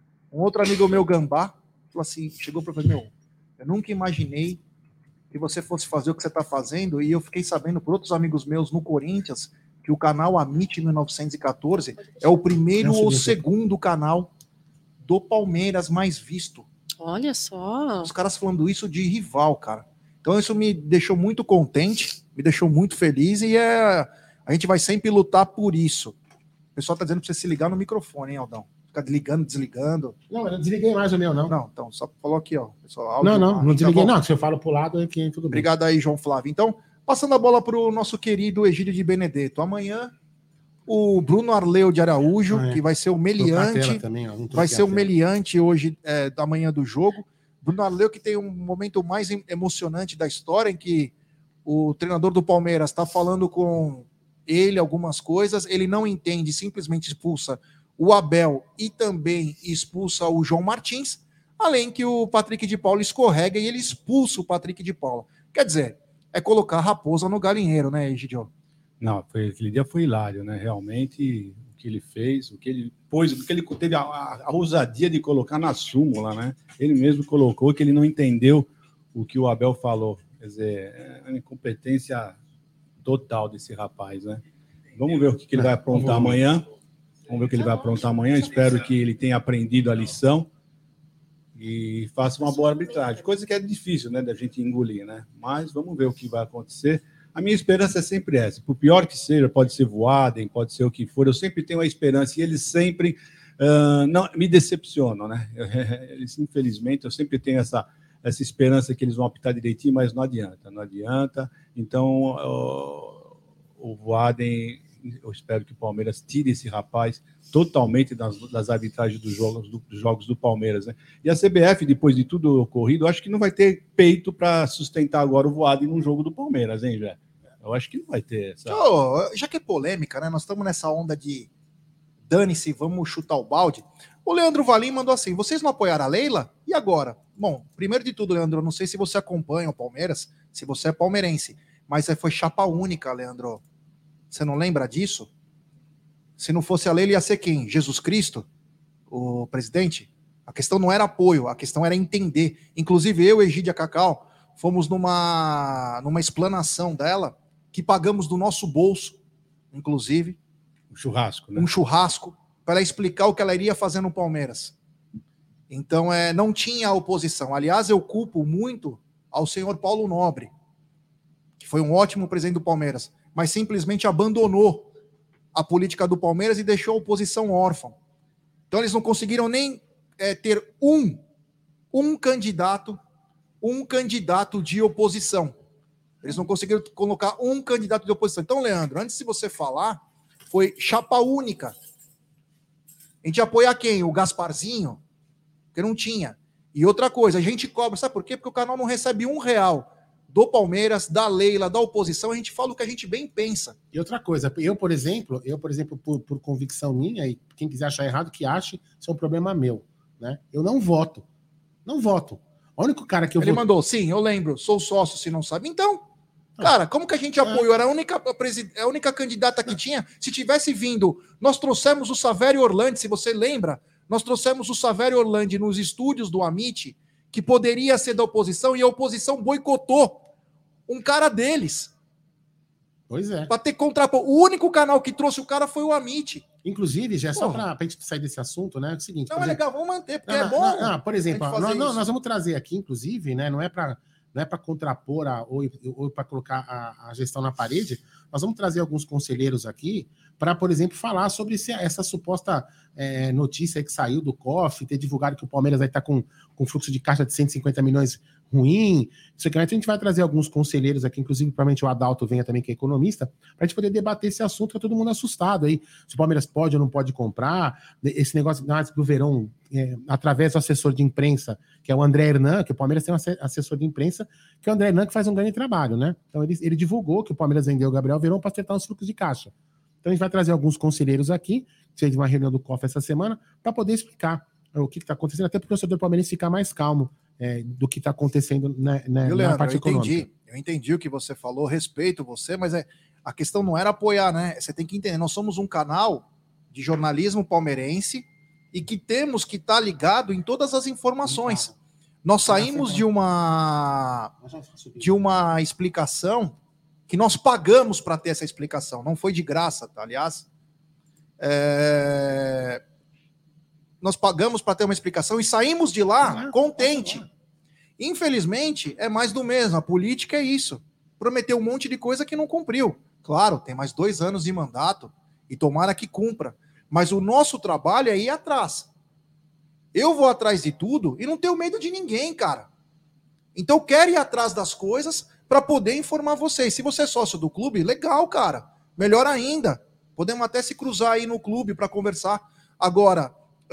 falou assim, chegou para mim, eu nunca imaginei que você fosse fazer o que você está fazendo, e eu fiquei sabendo por outros amigos meus no Corinthians que o canal Amit 1914 é o primeiro ou segundo canal do Palmeiras mais visto. Olha só. Os caras falando isso de rival, cara. Então isso me deixou muito contente, me deixou muito feliz, e a gente vai sempre lutar por isso. O pessoal tá dizendo pra você se ligar no microfone, hein, Aldão? Ficar ligando, desligando. Não, eu não desliguei mais o meu, não. Não, então, só falou aqui, ó. Pessoal, áudio, não desliguei, não. Se eu falo pro lado, é que tudo bem. Obrigado aí, João Flávio. Então, passando a bola pro nosso querido Egídio de Benedetto. Amanhã, o Bruno Arleu de Araújo, que vai ser o meliante, o meliante hoje da manhã do jogo. Bruno Arleu, que tem um momento mais emocionante da história, em que o treinador do Palmeiras está falando com ele algumas coisas, ele não entende, simplesmente expulsa o Abel e também expulsa o João Martins, além que o Patrick de Paula escorrega e ele expulsa o Patrick de Paula. Quer dizer, é colocar a raposa no galinheiro, né, Egidio? Não, aquele dia foi hilário, né? Realmente, o que ele fez, o que ele pôs, o que ele teve a ousadia de colocar na súmula, né? Ele mesmo colocou que ele não entendeu o que o Abel falou. Quer dizer, é uma incompetência total desse rapaz, né? Vamos ver o que ele vai aprontar amanhã. Vamos ver o que ele vai aprontar amanhã. Espero que ele tenha aprendido a lição e faça uma boa arbitragem. Coisa que é difícil, né, da gente engolir, né? Mas vamos ver o que vai acontecer. A minha esperança é sempre essa. Por pior que seja, pode ser Voaden, pode ser o que for, eu sempre tenho a esperança e eles sempre não me decepcionam, né? Eles, infelizmente, eu sempre tenho essa esperança que eles vão apitar direitinho, mas não adianta. Então, o Voaden, eu espero que o Palmeiras tire esse rapaz totalmente das arbitragens dos jogos do Palmeiras, né? E a CBF, depois de tudo ocorrido, acho que não vai ter peito para sustentar agora o Voaden num jogo do Palmeiras, hein, Jé? Eu acho que não vai ter essa... Já que é polêmica, né? Nós estamos nessa onda de dane-se, vamos chutar o balde. O Leandro Valim mandou assim: vocês não apoiaram a Leila? E agora? Bom, primeiro de tudo, Leandro, eu não sei se você acompanha o Palmeiras, se você é palmeirense, mas foi chapa única, Leandro. Você não lembra disso? Se não fosse a lei, ele ia ser quem? Jesus Cristo, o presidente? A questão não era apoio, a questão era entender. Inclusive, eu e Egídia Cacau fomos numa explanação dela, que pagamos do nosso bolso, inclusive. Um churrasco, né? Um churrasco, para explicar o que ela iria fazer no Palmeiras. Então, não tinha oposição. Aliás, eu culpo muito ao senhor Paulo Nobre, que foi um ótimo presidente do Palmeiras, mas simplesmente abandonou a política do Palmeiras e deixou a oposição órfã. Então, eles não conseguiram nem ter um candidato de oposição. Eles não conseguiram colocar um candidato de oposição. Então, Leandro, antes de você falar, foi chapa única. A gente ia apoiar quem? O Gasparzinho? Porque não tinha. E outra coisa, a gente cobra, sabe por quê? Porque o canal não recebe R$1 do Palmeiras, da Leila, da oposição, a gente fala o que a gente bem pensa. E outra coisa, eu, por exemplo, por convicção minha, e quem quiser achar errado, que ache, isso é um problema meu, né? Eu não voto. Não voto. O único cara que eu Ele mandou, sim, eu lembro, sou sócio, se não sabe. Então, cara, como que a gente apoiou? Era a única candidata que tinha. Se tivesse vindo, nós trouxemos o Savério Orlandi, se você lembra, nós trouxemos o Savério Orlandi nos estúdios do Amit, que poderia ser da oposição, e a oposição boicotou um cara deles. Pois é. Para ter contrapor. O único canal que trouxe o cara foi o Amit. Inclusive, já é só para a gente sair desse assunto, né? É o seguinte. Não, é legal, vamos manter, porque é bom. Por exemplo, nós vamos trazer aqui, inclusive, né? Não é para contrapor ou para colocar a gestão na parede, nós vamos trazer alguns conselheiros aqui para, por exemplo, falar sobre essa suposta notícia que saiu do COF, ter divulgado que o Palmeiras vai estar com fluxo de caixa de 150 milhões ruim. Isso aqui, então a gente vai trazer alguns conselheiros aqui, inclusive, provavelmente o Adalto venha também, que é economista, para a gente poder debater esse assunto, que tá todo mundo assustado aí. Se o Palmeiras pode ou não pode comprar, esse negócio do Verón, através do assessor de imprensa, que é o André Hernan, que o Palmeiras tem um assessor de imprensa, que é o André Hernan, que faz um grande trabalho, né? Então ele divulgou que o Palmeiras vendeu o Gabriel Verón para acertar os fluxos de caixa. Então a gente vai trazer alguns conselheiros aqui, fez uma reunião do COF essa semana, para poder explicar o que está acontecendo, até para o torcedor palmeirense ficar mais calmo do que está acontecendo na parte econômica. Eu entendi o que você falou, respeito você, mas a questão não era apoiar, né? Você tem que entender, nós somos um canal de jornalismo palmeirense e que temos que estar ligado em todas as informações. Nós saímos de uma explicação que nós pagamos para ter essa explicação, não foi de graça, tá? Aliás, nós pagamos para ter uma explicação e saímos de lá contente. Infelizmente, é mais do mesmo. A política é isso. Prometeu um monte de coisa que não cumpriu. Claro, tem mais 2 anos de mandato e tomara que cumpra. Mas o nosso trabalho é ir atrás. Eu vou atrás de tudo e não tenho medo de ninguém, cara. Então, eu quero ir atrás das coisas para poder informar vocês. Se você é sócio do clube, legal, cara. Melhor ainda. Podemos até se cruzar aí no clube para conversar. Agora,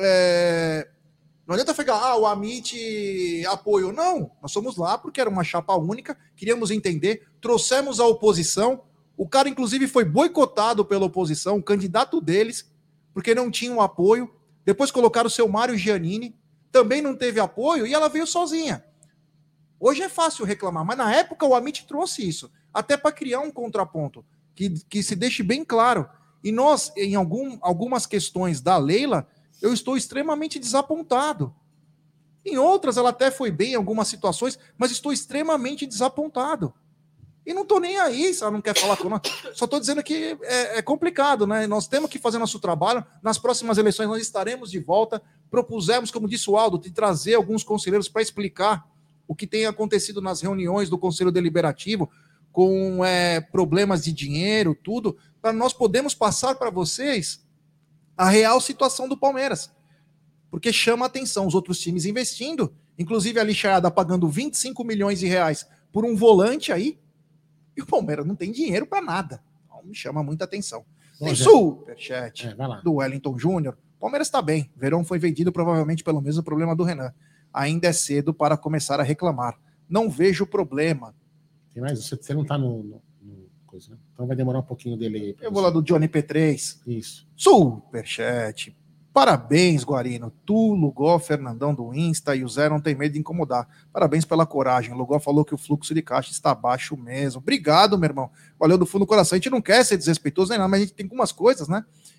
não adianta pegar, o Amit apoio. Não, nós fomos lá porque era uma chapa única, queríamos entender, trouxemos a oposição, o cara inclusive foi boicotado pela oposição, o candidato deles, porque não tinha um apoio, depois colocaram o seu Mário Giannini, também não teve apoio e ela veio sozinha. Hoje é fácil reclamar, mas na época o Amit trouxe isso, até para criar um contraponto, que se deixe bem claro. E nós, em algumas questões da Leila, eu estou extremamente desapontado. Em outras, ela até foi bem em algumas situações, mas estou extremamente desapontado. E não estou nem aí, se ela não quer falar com nós. Só estou dizendo que é complicado, né? Nós temos que fazer nosso trabalho. Nas próximas eleições, nós estaremos de volta. Propusemos, como disse o Aldo, de trazer alguns conselheiros para explicar o que tem acontecido nas reuniões do Conselho Deliberativo, com problemas de dinheiro, tudo, para nós podermos passar para vocês a real situação do Palmeiras, porque chama a atenção os outros times investindo, inclusive a Lixaiada pagando 25 milhões de reais por um volante aí, e o Palmeiras não tem dinheiro para nada. Então, me chama muita atenção. Tem superchat do Wellington Júnior. O Palmeiras está bem. Verón foi vendido provavelmente pelo mesmo problema do Renan. Ainda é cedo para começar a reclamar. Não vejo problema. Tem mais? Você não está no coisa, né? Então vai demorar um pouquinho dele aí. Eu vou lá do Johnny P3. Isso. Superchat. Parabéns, Guarino. Tu, Lugó, Fernandão do Insta e o Zé não tem medo de incomodar. Parabéns pela coragem. O Lugó falou que o fluxo de caixa está baixo mesmo. Obrigado, meu irmão. Valeu do fundo do coração. A gente não quer ser desrespeitoso nem nada, mas a gente tem algumas coisas, né?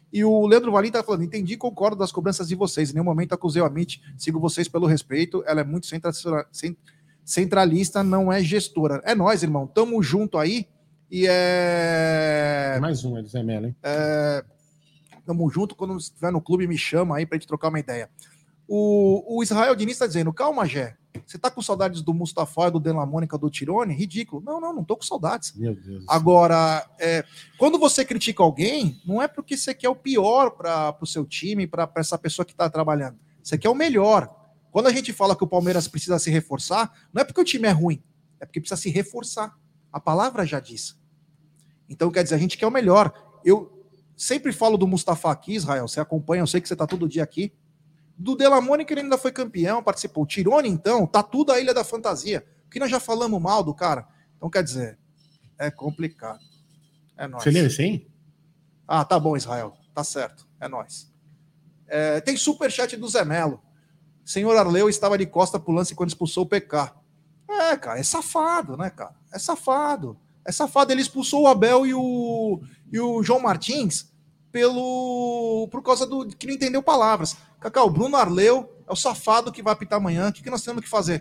E o Leandro Valim tá falando, entendi e concordo das cobranças de vocês. Em nenhum momento acusei o Amit, sigo vocês pelo respeito. Ela é muito centralista, não é gestora. É nós, irmão. Tamo junto aí. E Tem mais um, Zé Melo, hein? Tamo junto. Quando estiver no clube, me chama aí pra gente trocar uma ideia. O Israel Diniz tá dizendo, calma, Gé. Você tá com saudades do Mustafa, do Della Mônica, do Tirone? Ridículo. Não tô com saudades. Meu Deus. Agora, quando você critica alguém, não é porque você quer o pior para o seu time, para essa pessoa que está trabalhando. Você quer o melhor. Quando a gente fala que o Palmeiras precisa se reforçar, não é porque o time é ruim, é porque precisa se reforçar. A palavra já diz. Então, quer dizer, a gente quer o melhor. Eu sempre falo do Mustafa aqui, Israel, você acompanha, eu sei que você está todo dia aqui. Do Della Mônica ele ainda foi campeão, participou. O Tirone, então, tá tudo a Ilha da Fantasia. Porque nós já falamos mal do cara. Então, quer dizer, é complicado. É nóis. Você leu isso aí? Ah, tá bom, Israel. Tá certo. É nóis. Tem superchat do Zé Melo. Senhor Arleu estava de costa pro lance quando expulsou o PK. Cara, é safado, né, cara? É safado. É safado. Ele expulsou o Abel e o João Martins por causa do que não entendeu palavras. Cacau, o Bruno Arleu é o safado que vai apitar amanhã. O que nós temos que fazer?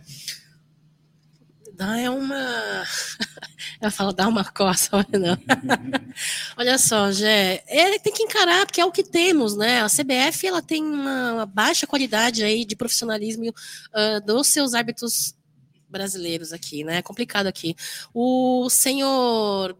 Eu falo, dá uma coça, mas não. Olha só, Gé, tem que encarar, porque é o que temos, né? A CBF, ela tem uma baixa qualidade aí de profissionalismo dos seus árbitros brasileiros aqui, né? É complicado aqui. O senhor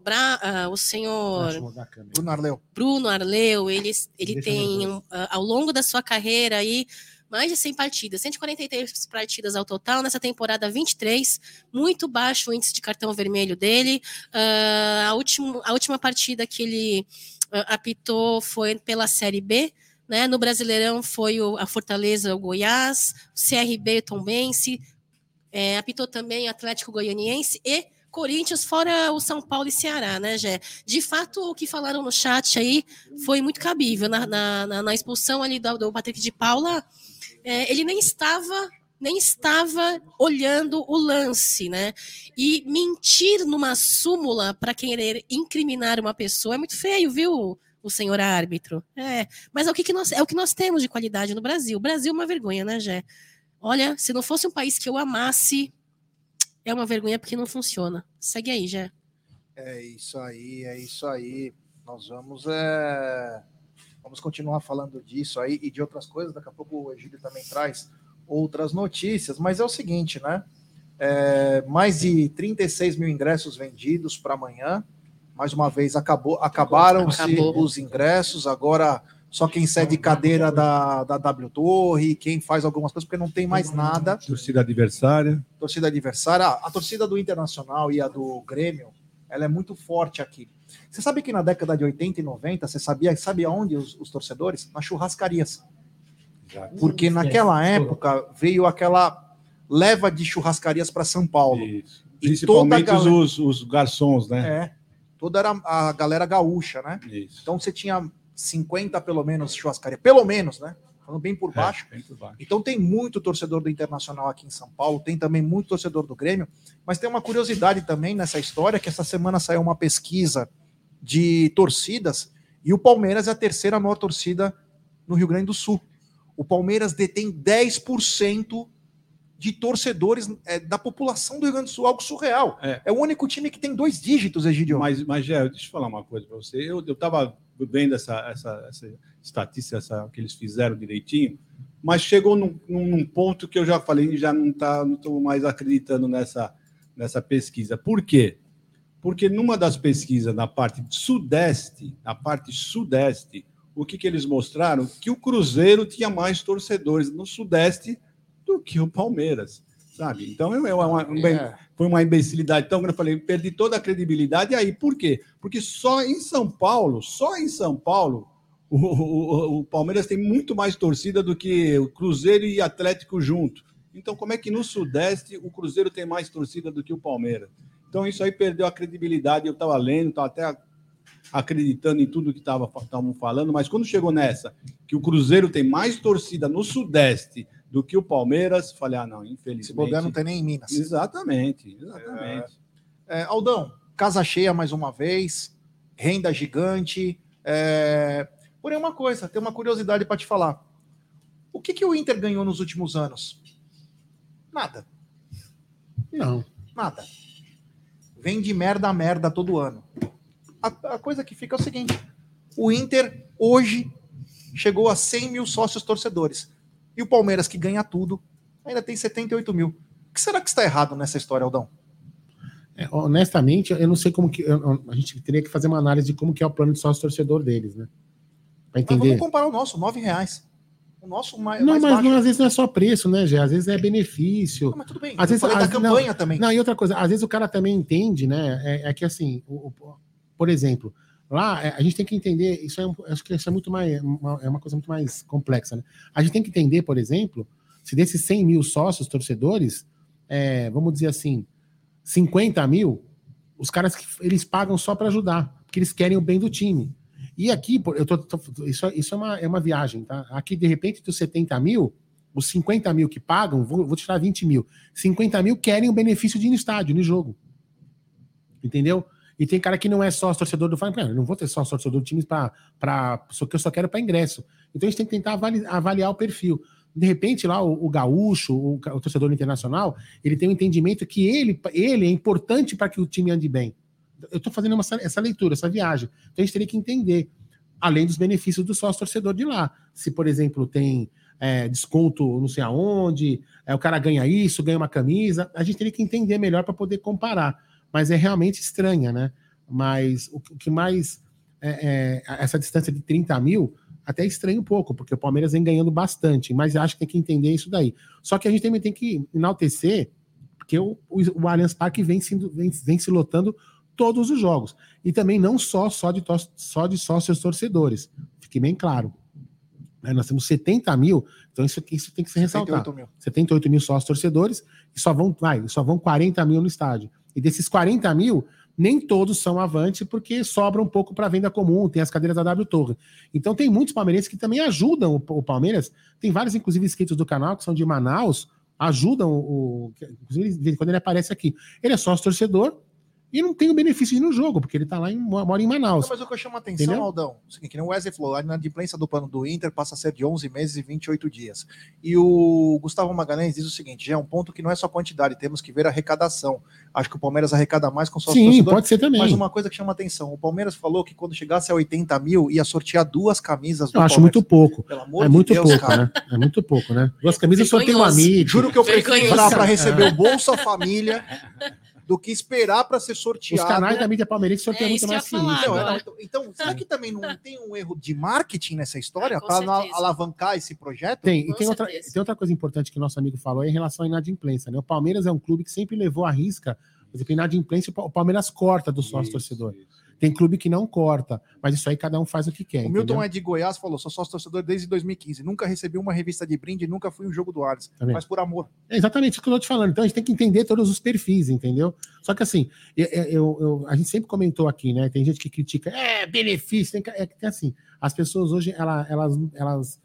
Bruno Arleu, ele tem, ao longo da sua carreira aí, mais de 100 partidas, 143 partidas ao total, nessa temporada 23, muito baixo o índice de cartão vermelho dele. A última partida que ele apitou foi pela Série B, né? No Brasileirão foi a Fortaleza, o Goiás, o CRB, o Tombense, apitou também Atlético Goianiense e Corinthians, fora o São Paulo e Ceará, né, Gé? De fato, o que falaram no chat aí foi muito cabível. Na expulsão ali do Patrick de Paula, ele nem estava olhando o lance, né? E mentir numa súmula para querer incriminar uma pessoa é muito feio, viu, o senhor árbitro? Mas é o que nós temos de qualidade no Brasil. O Brasil é uma vergonha, né, Gé? Olha, se não fosse um país que eu amasse, é uma vergonha porque não funciona. Segue aí, Gé. É isso aí. Nós vamos continuar falando disso aí e de outras coisas. Daqui a pouco o Egídio também traz outras notícias, mas é o seguinte, né? Mais de 36 mil ingressos vendidos para amanhã. Mais uma vez, acabaram-se os ingressos. Agora, só quem cede cadeira da W Torre, quem faz algumas coisas, porque não tem mais nada. Torcida adversária. A torcida do Internacional e a do Grêmio, ela é muito forte aqui. Você sabe que na década de 80 e 90, você sabe aonde os torcedores? Nas churrascarias. Porque naquela época veio aquela leva de churrascarias para São Paulo. Isso. Principalmente os garçons, né? Toda era a galera gaúcha, né? Isso. Então você tinha 50 pelo menos churrascaria, pelo menos, né? Falando bem por baixo. Bem por baixo. Então tem muito torcedor do Internacional aqui em São Paulo, tem também muito torcedor do Grêmio, mas tem uma curiosidade também nessa história, que essa semana saiu uma pesquisa de torcidas, e o Palmeiras é a terceira maior torcida no Rio Grande do Sul. O Palmeiras detém 10% de torcedores da população do Rio Grande do Sul, algo surreal. É o único time que tem 2 dígitos, Egidio. Mas Gé, deixa eu falar uma coisa para você. Eu estava vendo essa estatística que eles fizeram direitinho, mas chegou num ponto que eu já falei, já não estou mais acreditando nessa pesquisa. Por quê? Porque numa das pesquisas na parte sudeste, o que eles mostraram? Que o Cruzeiro tinha mais torcedores no sudeste do que o Palmeiras, sabe? Então foi uma imbecilidade tão grande. Eu falei, perdi toda a credibilidade. E aí, por quê? Porque só em São Paulo, o Palmeiras tem muito mais torcida do que o Cruzeiro e Atlético junto. Então, como é que no Sudeste o Cruzeiro tem mais torcida do que o Palmeiras? Então, isso aí perdeu a credibilidade. Eu estava lendo, estava até acreditando em tudo que estavam falando, mas quando chegou nessa, que o Cruzeiro tem mais torcida no Sudeste do que o Palmeiras, falei, não, infelizmente... Se bobear, não tem nem em Minas. Exatamente. Aldão, casa cheia mais uma vez, renda gigante. Porém, uma coisa, tem uma curiosidade para te falar. O que o Inter ganhou nos últimos anos? Nada. Não. Nada. Vem de merda a merda todo ano. A coisa que fica é o seguinte. O Inter, hoje, chegou a 100 mil sócios torcedores. E o Palmeiras, que ganha tudo, ainda tem 78 mil. O que será que está errado nessa história, Aldão? Honestamente, eu não sei como que... a gente teria que fazer uma análise de como que é o plano de sócio-torcedor deles, né? Para entender. Mas vamos comparar o nosso, R$9. O nosso mais não, mas baixo. não, às vezes não é só preço, né, Gê? Às vezes é benefício. Não, mas tudo bem. Às vezes, falei da campanha também. Não, e outra coisa, às vezes o cara também entende, né? É que assim, por exemplo, lá a gente tem que entender, acho que isso é muito mais, é uma coisa muito mais complexa, né? A gente tem que entender, por exemplo, se desses 100 mil sócios torcedores, vamos dizer assim, 50 mil, os caras eles pagam só para ajudar, porque eles querem o bem do time. E aqui, isso é uma viagem, tá? Aqui, de repente, dos 70 mil, os 50 mil que pagam, vou tirar 20 mil. 50 mil querem o benefício de ir no estádio, no jogo. Entendeu? E tem cara que não é sócio torcedor do Flamengo. Não vou ter sócio torcedor do time só que eu só quero para ingresso. Então a gente tem que tentar avaliar o perfil. De repente, lá, o gaúcho, o torcedor internacional, ele tem um entendimento que ele é importante para que o time ande bem. Eu estou fazendo essa leitura, essa viagem. Então a gente teria que entender, além dos benefícios do sócio-torcedor de lá. Se, por exemplo, tem desconto não sei aonde, o cara ganha isso, ganha uma camisa, a gente teria que entender melhor para poder comparar. Mas é realmente estranha, né? Mas o que mais... essa distância de 30 mil até estranha um pouco, porque o Palmeiras vem ganhando bastante, mas acho que tem que entender isso daí. Só que a gente também tem que enaltecer, porque o Allianz Parque vem se lotando todos os jogos. E também não só de sócios torcedores. Fique bem claro. Nós temos 70 mil, então isso tem que ser ressaltado. 78 mil sócios torcedores e só vão 40 mil no estádio. E desses 40 mil, nem todos são avante, porque sobra um pouco para venda comum, tem as cadeiras da W Torre. Então tem muitos palmeirenses que também ajudam o Palmeiras. Tem vários, inclusive, inscritos do canal, que são de Manaus, ajudam inclusive, quando ele aparece aqui. Ele é sócio torcedor, e não tem o benefício de ir no jogo, porque ele tá lá mora em Manaus. Não, mas o que eu chamo a atenção, entendeu? Aldão, o seguinte, que o Wesley falou, a inadimplência do plano do Inter passa a ser de 11 meses e 28 dias. E o Gustavo Magalhães diz o seguinte, já é um ponto que não é só quantidade, temos que ver a arrecadação. Acho que o Palmeiras arrecada mais com sócio torcedor. Sim, pode ser também. Mas uma coisa que chama a atenção, o Palmeiras falou que quando chegasse a 80 mil, ia sortear 2 camisas do Eu acho muito pouco. Pelo amor de muito Deus, pouco, cara. Né? É muito pouco, né? 2 camisas sorteio uma mídia. Juro que eu prefiro para receber o Bolsa Família do que esperar para ser sorteado. Os canais da mídia palmeirense sorteiam muito mais que isso. Então, será que também não tem um erro de marketing nessa história para alavancar esse projeto? Tem. E tem outra coisa importante que o nosso amigo falou em relação à inadimplência. Né? O Palmeiras é um clube que sempre levou à risca, por exemplo, inadimplência, o Palmeiras corta do sócio-torcedor. Tem clube que não corta, mas isso aí cada um faz o que quer. O Milton é de Goiás, falou, sou sócio-torcedor desde 2015, nunca recebi uma revista de brinde, nunca fui um jogo do Allianz, mas por amor. É exatamente isso que eu tô te falando. Então a gente tem que entender todos os perfis, entendeu? Só que assim, a gente sempre comentou aqui, né? Tem gente que critica, benefício, tem assim, as pessoas hoje, elas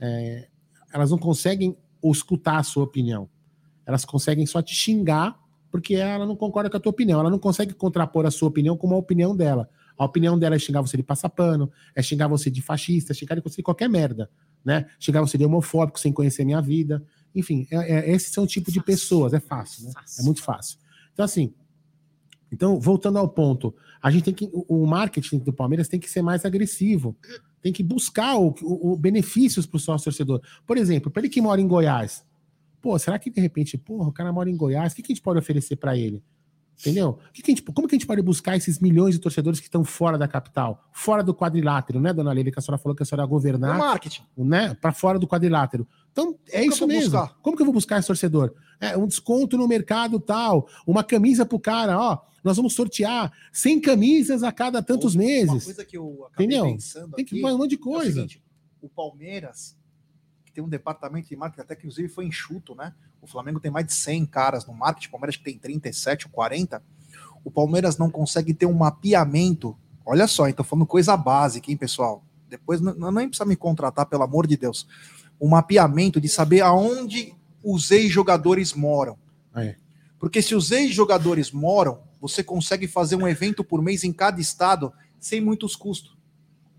não conseguem escutar a sua opinião. Elas conseguem só te xingar porque ela não concorda com a tua opinião. Ela não consegue contrapor a sua opinião com uma opinião dela. A opinião dela é xingar você de passapano, é xingar você de fascista, é xingar você de qualquer merda, né? Xingar você de homofóbico sem conhecer a minha vida. Enfim, esses são o tipo de pessoas. É fácil, né? É muito fácil. Então, assim, voltando ao ponto, a gente tem que... O marketing do Palmeiras tem que ser mais agressivo. Tem que buscar o benefícios para o sócio-torcedor. Por exemplo, para ele que mora em Goiás, será que de repente, o cara mora em Goiás, o que a gente pode oferecer para ele? Entendeu? Como que a gente pode buscar esses milhões de torcedores que estão fora da capital, fora do quadrilátero, né, dona Leila, que a senhora falou que a senhora ia governar, marketing, né, para fora do quadrilátero. Então, isso mesmo. Como que eu vou buscar esse torcedor? Um desconto no mercado tal, uma camisa pro cara, nós vamos sortear 100 camisas a cada tantos meses. Uma coisa que eu acabei pensando tem que fazer um monte de coisa. É o seguinte, o Palmeiras tem um departamento de marketing, até que inclusive foi enxuto, né? O Flamengo tem mais de 100 caras no marketing, o Palmeiras que tem 37 ou 40. O Palmeiras não consegue ter um mapeamento. Olha só, então falando coisa básica, hein, pessoal? Depois não nem precisa me contratar, pelo amor de Deus. Um mapeamento de saber aonde os ex-jogadores moram. Porque se os ex-jogadores moram, você consegue fazer um evento por mês em cada estado sem muitos custos.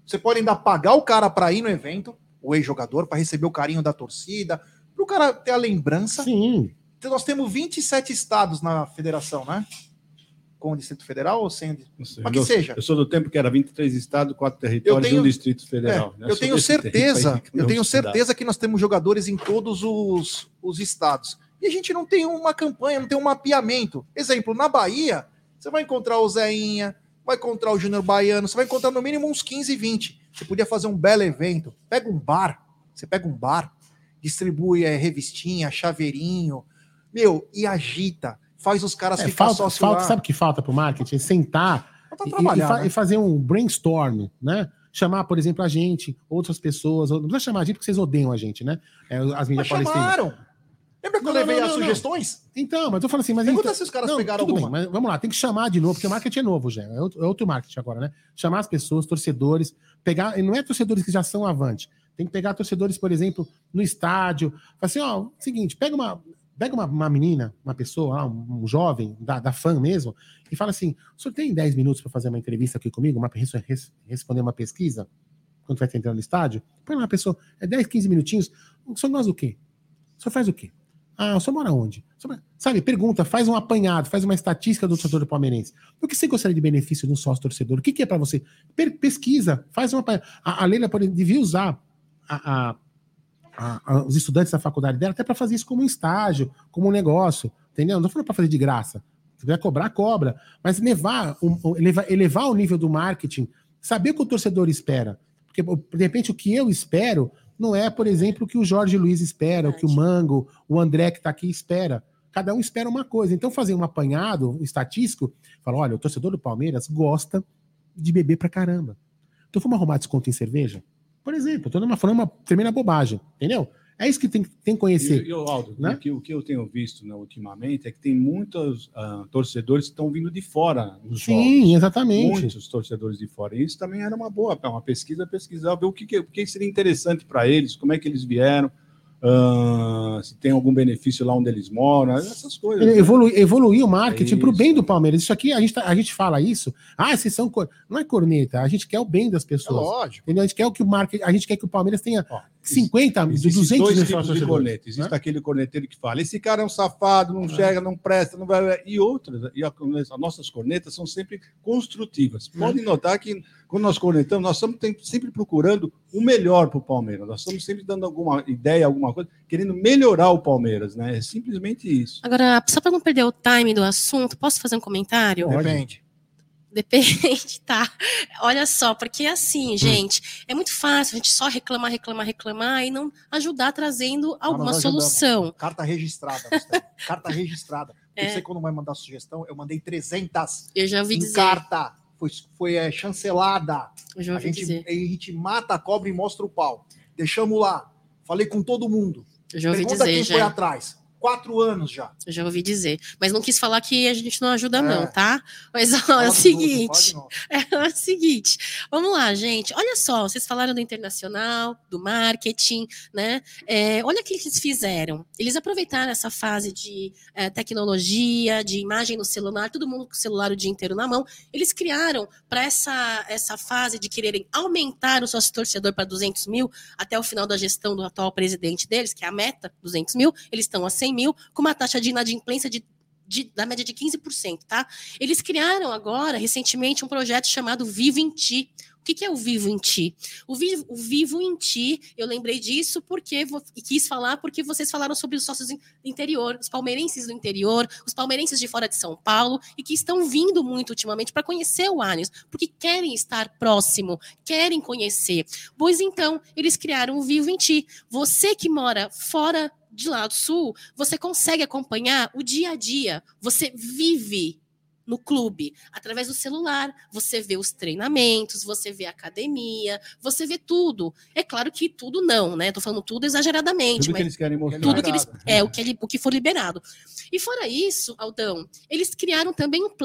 Você pode ainda pagar o cara para ir no evento, o ex-jogador, para receber o carinho da torcida, para o cara ter a lembrança. Sim. Então, nós temos 27 estados na federação, né? Com o Distrito Federal ou sem? Mas que seja. Eu sou do tempo que era 23 estados, 4 territórios e um Distrito Federal. Eu tenho certeza que nós temos jogadores em todos os estados. E a gente não tem uma campanha, não tem um mapeamento. Exemplo, na Bahia, você vai encontrar o Zeinha, vai encontrar o Júnior Baiano, você vai encontrar no mínimo uns 15, 20. Você podia fazer um belo evento. Você pega um bar, distribui revistinha, chaveirinho, e agita. Faz os caras ficar sócio lá. Sabe o que falta para o marketing? Sentar e fazer um brainstorm, né? Chamar, por exemplo, a gente, outras pessoas. Não precisa chamar a gente porque vocês odeiam a gente, né? As mídias palestinas. Chamaram! Lembra que eu levei as sugestões? Então, mas eu falo assim... Pergunta se os caras pegaram alguma. Bem, mas vamos lá, tem que chamar de novo, porque o marketing é novo já. É outro marketing agora, né? Chamar as pessoas, torcedores, pegar... E não é torcedores que já são avante. Tem que pegar torcedores, por exemplo, no estádio. Fala assim, seguinte, pega uma menina, uma pessoa, um jovem, da fã mesmo, e fala assim, o senhor tem 10 minutos para fazer uma entrevista aqui comigo, responder uma pesquisa, quando vai entrar no estádio? Põe uma pessoa, 10, 15 minutinhos, o senhor gosta do quê? O senhor faz o quê? O senhor mora onde? Sabe, pergunta, faz um apanhado, faz uma estatística do torcedor palmeirense. O que você gostaria de benefício de um sócio torcedor? O que é para você? Pesquisa, faz uma apanhado. A Leila devia usar os estudantes da faculdade dela até para fazer isso como um estágio, como um negócio, entendeu? Não falando para fazer de graça. Se quiser cobrar, cobra. Mas elevar o nível do marketing, saber o que o torcedor espera. Porque, de repente, o que eu espero não é, por exemplo, o que o Jorge Luiz espera, o que o Mango, o André que está aqui espera. Cada um espera uma coisa. Então, fazer um apanhado, um estatístico, fala, olha, o torcedor do Palmeiras gosta de beber pra caramba. Então, vamos arrumar desconto em cerveja? Por exemplo, estou falando uma tremenda bobagem, entendeu? É isso que tem que conhecer. Aldo, né? o que eu tenho visto ultimamente é que tem muitos torcedores que estão vindo de fora dos jogos. Sim, exatamente. Muitos torcedores de fora. E isso também era uma boa, uma pesquisar, ver o que seria interessante para eles, como é que eles vieram, se tem algum benefício lá onde eles moram, essas coisas. Evoluir o marketing para o bem do Palmeiras. Isso aqui, a gente fala isso. Vocês são... Não é corneta, a gente quer o bem das pessoas. É lógico. Entendeu? A gente quer que o Palmeiras tenha 50, 200 dois tipos de corneta. Existe aquele corneteiro que fala, esse cara é um safado, não chega, não presta, não vai... E outras, as nossas cornetas são sempre construtivas. Pode notar que quando nós cornetamos, nós estamos sempre procurando o melhor para o Palmeiras. Nós estamos sempre dando alguma ideia, alguma coisa, querendo melhorar o Palmeiras, né? É simplesmente isso. Agora, só para não perder o time do assunto, posso fazer um comentário? Depende, tá? Olha só, porque assim, gente, é muito fácil a gente só reclamar e não ajudar trazendo alguma solução. Carta registrada. Carta registrada. Você, quando vai mandar sugestão, eu mandei 300. Eu já ouvi dizer. Carta. Foi chancelada. Eu já ouvi dizer. A gente mata a cobra e mostra o pau. Deixamos lá. Falei com todo mundo. Eu já ouvi Pergunta dizer. Quem foi atrás. 4 anos já. Eu já ouvi dizer. Mas não quis falar que a gente não ajuda, não, tá? Mas ó, é o seguinte. É o seguinte. Vamos lá, gente. Olha só, vocês falaram do internacional, do marketing, né? Olha o que eles fizeram. Eles aproveitaram essa fase de tecnologia, de imagem no celular, todo mundo com o celular o dia inteiro na mão. Eles criaram para essa fase de quererem aumentar o sócio torcedor para 200 mil até o final da gestão do atual presidente deles, que é a meta, 200 mil. Eles estão a 100 mil, com uma taxa de inadimplência da média de 15%, tá? Eles criaram agora, recentemente, um projeto chamado Vivo em Ti. O que é o Vivo em Ti? O Vivo em Ti, eu lembrei disso e quis falar porque vocês falaram sobre os sócios do interior, os palmeirenses do interior, os palmeirenses de fora de São Paulo, e que estão vindo muito ultimamente para conhecer o Allianz, porque querem estar próximo, querem conhecer. Pois então, eles criaram o Vivo em Ti. Você que mora fora de lá do sul, você consegue acompanhar o dia a dia, você vive no clube, através do celular, você vê os treinamentos, você vê a academia, você vê tudo. É claro que tudo não, né? Tô falando tudo exageradamente. Tudo mas que eles querem mostrar. Tudo que eles, o que for liberado. E fora isso, Aldão, eles criaram também um plano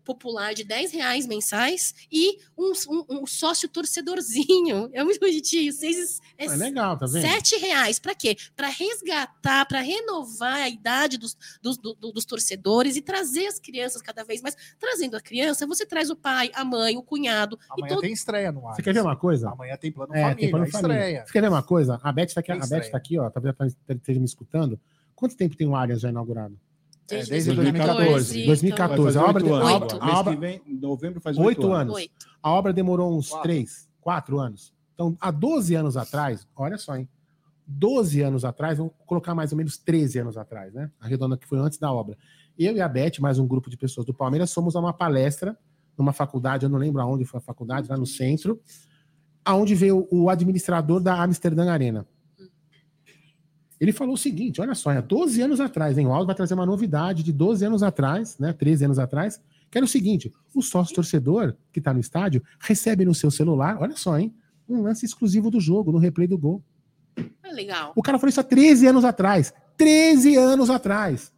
popular de R$10 mensais e um sócio torcedorzinho. É muito bonitinho. É legal, tá vendo? R$7. Para quê? Para resgatar, para renovar a idade dos torcedores e trazer as crianças cada vez mais. Trazendo a criança, você traz o pai, a mãe, o cunhado. Amanhã tem estreia no ar. Você quer ver uma coisa? Amanhã tem plano família, tem plano família. Estreia. Você quer ver uma coisa? A Beth tá aqui, ó. Talvez ela esteja me escutando. Quanto tempo tem o Allianz já inaugurado? Desde 2014. 2014. A obra, em novembro faz 8 anos. 8. A obra demorou uns 4 anos. Então, há 12 anos atrás, olha só, hein? 12 anos atrás, vamos colocar mais ou menos 13 anos atrás, né? Arredonda que foi antes da obra. Eu e a Beth, mais um grupo de pessoas do Palmeiras, fomos a uma palestra numa faculdade, eu não lembro aonde foi a faculdade, lá no centro, aonde veio o administrador da Amsterdã Arena. Ele falou o seguinte, olha só, há 12 anos atrás, hein? O Aldo vai trazer uma novidade de 12 anos atrás, né? 13 anos atrás, que era o seguinte, o sócio-torcedor que está no estádio recebe no seu celular, olha só, hein? Um lance exclusivo do jogo, no replay do gol. É legal. O cara falou isso há 13 anos atrás. 13 anos atrás.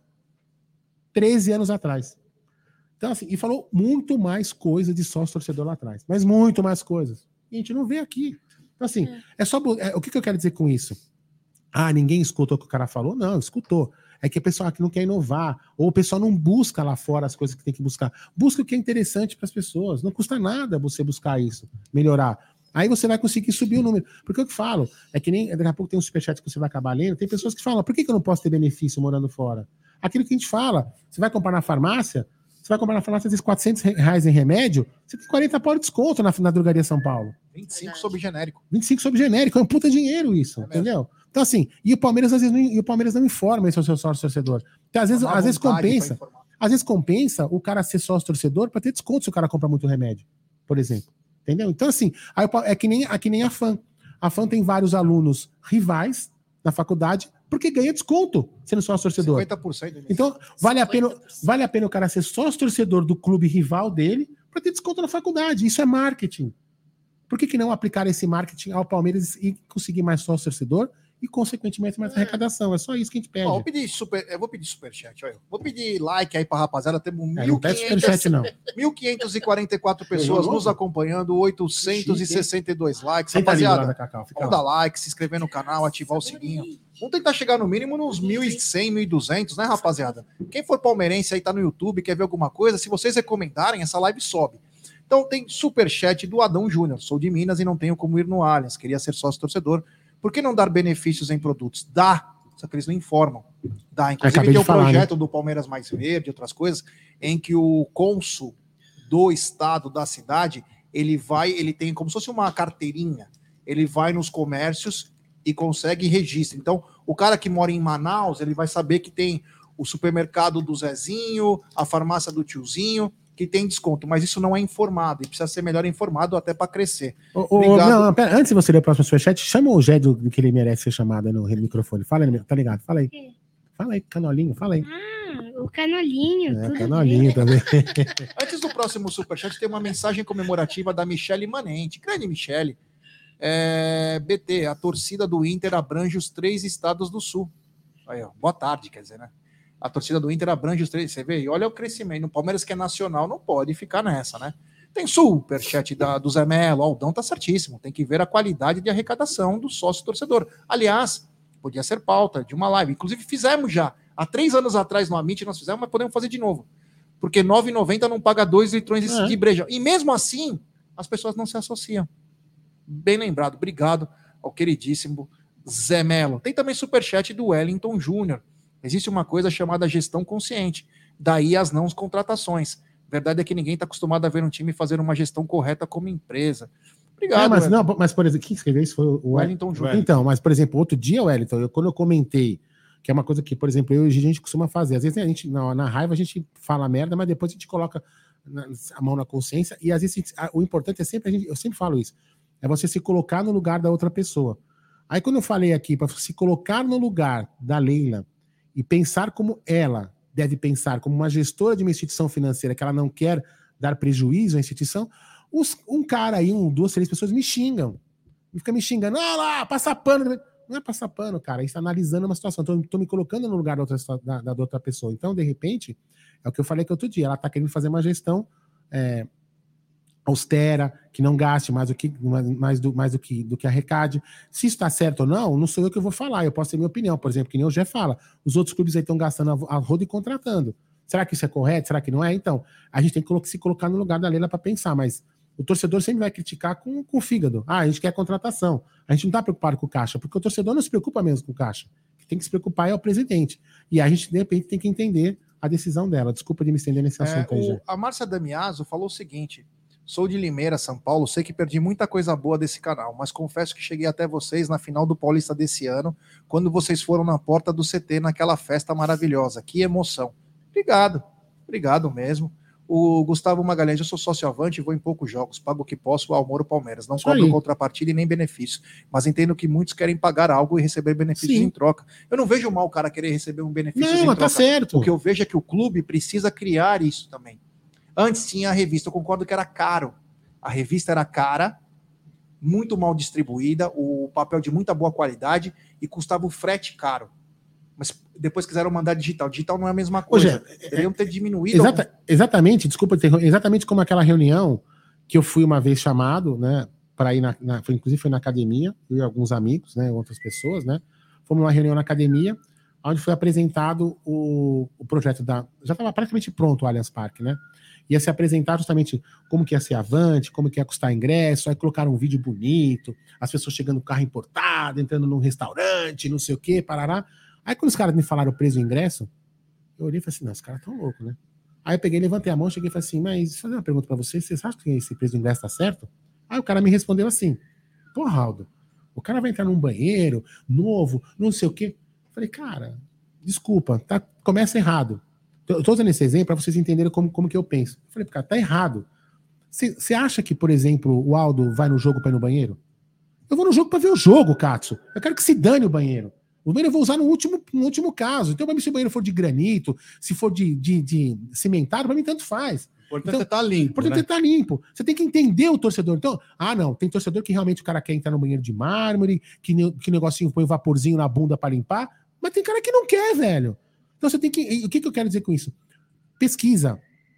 13 anos atrás. Então, assim, e falou muito mais coisa de sócio-torcedor lá atrás. Mas muito mais coisas. E a gente não vê aqui. Então, assim, o que eu quero dizer com isso? Ah, ninguém escutou o que o cara falou? Não, escutou. É que o pessoal aqui não quer inovar, ou o pessoal não busca lá fora as coisas que tem que buscar. Busca o que é interessante para as pessoas. Não custa nada você buscar isso, melhorar. Aí você vai conseguir subir o número. Porque eu que falo, é que nem daqui a pouco tem um superchat que você vai acabar lendo, tem pessoas que falam, por que eu não posso ter benefício morando fora? Aquilo que a gente fala, você vai comprar na farmácia, às vezes R$400 em remédio, você tem 40 pau de desconto na Drogaria São Paulo. 25 sob genérico. 25 sob genérico, é um puta dinheiro isso, entendeu? Então assim, e o Palmeiras às vezes não informa esse seu sócio torcedor. Então, às vezes compensa o cara ser sócio torcedor para ter desconto se o cara compra muito remédio, por exemplo. Entendeu? Então assim, é que nem a FAM. A FAM tem vários alunos rivais na faculdade porque ganha desconto sendo sócio torcedor. 50%. Então, vale a pena o cara ser sócio torcedor do clube rival dele para ter desconto na faculdade. Isso é marketing. Por que não aplicar esse marketing ao Palmeiras e conseguir mais sócio torcedor e, consequentemente, mais arrecadação? É só isso que a gente pede. Eu vou pedir superchat. Vou pedir like aí pra rapaziada. Temos 1.544 pessoas nos acompanhando, 862 likes. Rapaziada, vamos dar like, se inscrever no canal, ativar o sininho. Vamos tentar chegar no mínimo nos 1.100, 1.200, né, rapaziada? Quem for palmeirense aí, tá no YouTube, quer ver alguma coisa, se vocês recomendarem, essa live sobe. Então tem superchat do Adão Júnior. Sou de Minas e não tenho como ir no Allianz. Queria ser sócio torcedor. Por que não dar benefícios em produtos? Dá, só que eles não informam. Dá. Inclusive tem um projeto do Palmeiras Mais Verde, outras coisas, em que o cônsul do estado, da cidade, ele tem como se fosse uma carteirinha. Ele vai nos comércios e consegue registro. Então, o cara que mora em Manaus, ele vai saber que tem o supermercado do Zezinho, a farmácia do tiozinho, que tem desconto, mas isso não é informado e precisa ser melhor informado até para crescer. Não, pera, antes de você ler o próximo superchat, chama o Gé do que ele merece ser chamado no microfone. Fala aí, tá ligado? Fala aí. Fala aí, Canolinho, fala aí. O Canolinho. É, Canolinho também. Antes do próximo superchat, tem uma mensagem comemorativa da Michele Manente. Grande Michele. BT, a torcida do Inter abrange os 3 estados do Sul. Aí, ó, boa tarde, quer dizer, né? A torcida do Inter abrange os 3, você vê? E olha o crescimento. O Palmeiras, que é nacional, não pode ficar nessa, né? Tem superchat do Zé Melo. O Aldão tá certíssimo. Tem que ver a qualidade de arrecadação do sócio-torcedor. Aliás, podia ser pauta de uma live. Inclusive, fizemos já. Há 3 anos atrás no Amit nós fizemos, mas podemos fazer de novo. Porque R$ 9,90 não paga 2 litrões de breja. E mesmo assim, as pessoas não se associam. Bem lembrado. Obrigado ao queridíssimo Zé Melo. Tem também superchat do Wellington Júnior. Existe uma coisa chamada gestão consciente. Daí as não contratações. Verdade é que ninguém está acostumado a ver um time fazer uma gestão correta como empresa. Obrigado. Mas por exemplo, quem escreveu isso foi o Wellington Júnior. Então, mas por exemplo, outro dia, Wellington, quando eu comentei, que é uma coisa que, por exemplo, eu e a gente costuma fazer. Às vezes a gente, na raiva a gente fala merda, mas depois a gente coloca a mão na consciência e às vezes o importante é sempre, eu sempre falo isso, é você se colocar no lugar da outra pessoa. Aí quando eu falei aqui, para se colocar no lugar da Leila e pensar como ela deve pensar, como uma gestora de uma instituição financeira que ela não quer dar prejuízo à instituição, um cara aí, 2, 3 pessoas me xingam. E fica me xingando, lá, passa pano. Não é passar pano, cara, isso está analisando uma situação. Estou me colocando no lugar da outra pessoa. Então, de repente, É o que eu falei que outro dia. Ela está querendo fazer uma gestão austera, que não gaste mais do que arrecade. Se isso está certo ou não sou eu que vou falar. Eu posso ter minha opinião. Por exemplo, que nem o Gé fala. Os outros clubes aí estão gastando a roda e contratando. Será que isso é correto? Será que não é? Então, a gente tem que se colocar no lugar da Leila para pensar, mas o torcedor sempre vai criticar com o fígado. A gente quer contratação. A gente não está preocupado com o caixa, porque o torcedor não se preocupa mesmo com o caixa. Quem tem que se preocupar é o presidente. E a gente, de repente, tem que entender a decisão dela. Desculpa de me estender nesse assunto aí, já. A Márcia Damiaso falou o seguinte: sou de Limeira, São Paulo, sei que perdi muita coisa boa desse canal, mas confesso que cheguei até vocês na final do Paulista desse ano, quando vocês foram na porta do CT naquela festa maravilhosa. Que emoção. Obrigado mesmo. O Gustavo Magalhães, eu sou sócio Avante e vou em poucos jogos, pago o que posso ao Moro Palmeiras, não cobro contrapartida e nem benefício, mas entendo que muitos querem pagar algo e receber benefícios em troca. Eu não vejo mal o cara querer receber um benefício em troca. Tá certo. O que eu vejo é que o clube precisa criar isso também. Antes tinha a revista, eu concordo que era caro. A revista era cara, muito mal distribuída, o papel de muita boa qualidade e custava o frete caro. Mas depois quiseram mandar digital. Digital não é a mesma coisa. Deveriam ter diminuído. Exatamente, desculpa, exatamente como aquela reunião que eu fui uma vez chamado, né, para ir inclusive foi na academia, eu e alguns amigos, né, outras pessoas, né, fomos numa reunião na academia, onde foi apresentado o projeto já estava praticamente pronto o Allianz Parque, né, ia se apresentar justamente como que ia ser Avante, como que ia custar ingresso, aí colocaram um vídeo bonito, as pessoas chegando com carro importado, entrando num restaurante, não sei o que, parará. Aí quando os caras me falaram o preço do ingresso, eu olhei e falei assim, não, os caras estão loucos, né? Aí eu peguei, levantei a mão, cheguei e falei assim, mas deixa eu fazer uma pergunta pra vocês acham que esse preço do ingresso tá certo? Aí o cara me respondeu assim, pô, Raldo, o cara vai entrar num banheiro novo, não sei o quê. Eu falei, cara, desculpa, começa errado. Eu tô usando esse exemplo pra vocês entenderem como que eu penso. Eu falei, cara, tá errado. Você acha que, por exemplo, o Aldo vai no jogo pra ir no banheiro? Eu vou no jogo pra ver o jogo, Katsu. Eu quero que se dane o banheiro. O banheiro eu vou usar no último caso. Então, se o banheiro for de granito, se for de cimentado, para mim tanto faz. O importante é estar limpo. O importante é estar limpo. Você tem que entender o torcedor. Então, não, tem torcedor que realmente o cara quer entrar no banheiro de mármore, que negocinho põe um vaporzinho na bunda para limpar, mas tem cara que não quer, velho. Então você tem que. O que eu quero dizer com isso? Pesquisa.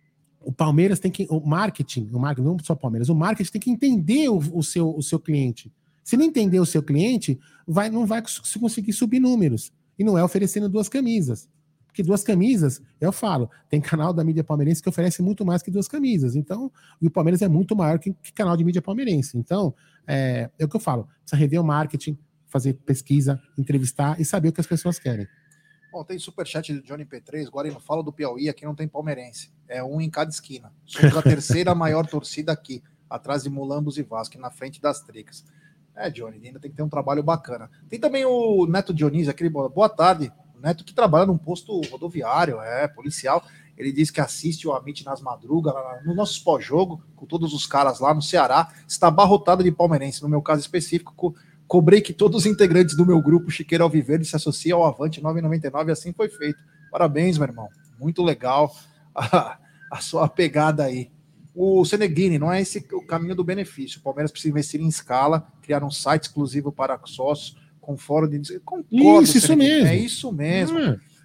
O Palmeiras tem que. O marketing, não só o Palmeiras, o marketing tem que entender o seu cliente. Se não entender o seu cliente, não vai conseguir subir números. E não é oferecendo 2 camisas. Porque 2 camisas, eu falo, tem canal da mídia palmeirense que oferece muito mais que 2 camisas. Então, e o Palmeiras é muito maior que canal de mídia palmeirense. Então, é o que eu falo. Precisa rever o marketing, fazer pesquisa, entrevistar e saber o que as pessoas querem. Bom, tem superchat do Johnny P3, agora não fala do Piauí, aqui não tem palmeirense. É um em cada esquina. Somos a 3ª maior torcida aqui, atrás de Mulambos e Vasco, na frente das Tricas. Johnny, ainda tem que ter um trabalho bacana. Tem também o Neto Dionísio, aquele boa tarde, o Neto que trabalha num posto rodoviário, policial. Ele diz que assiste o Amit nas madrugas, no nosso pós-jogo, com todos os caras lá no Ceará, está abarrotado de palmeirense. No meu caso específico, cobrei que todos os integrantes do meu grupo Chiqueiro Alviverde se associem ao Avante 999 e assim foi feito. Parabéns, meu irmão. Muito legal a sua pegada aí. O Seneghini, não é esse o caminho do benefício. O Palmeiras precisa investir em escala, criar um site exclusivo para sócios, com fórum de... Concordo, isso mesmo. É isso mesmo.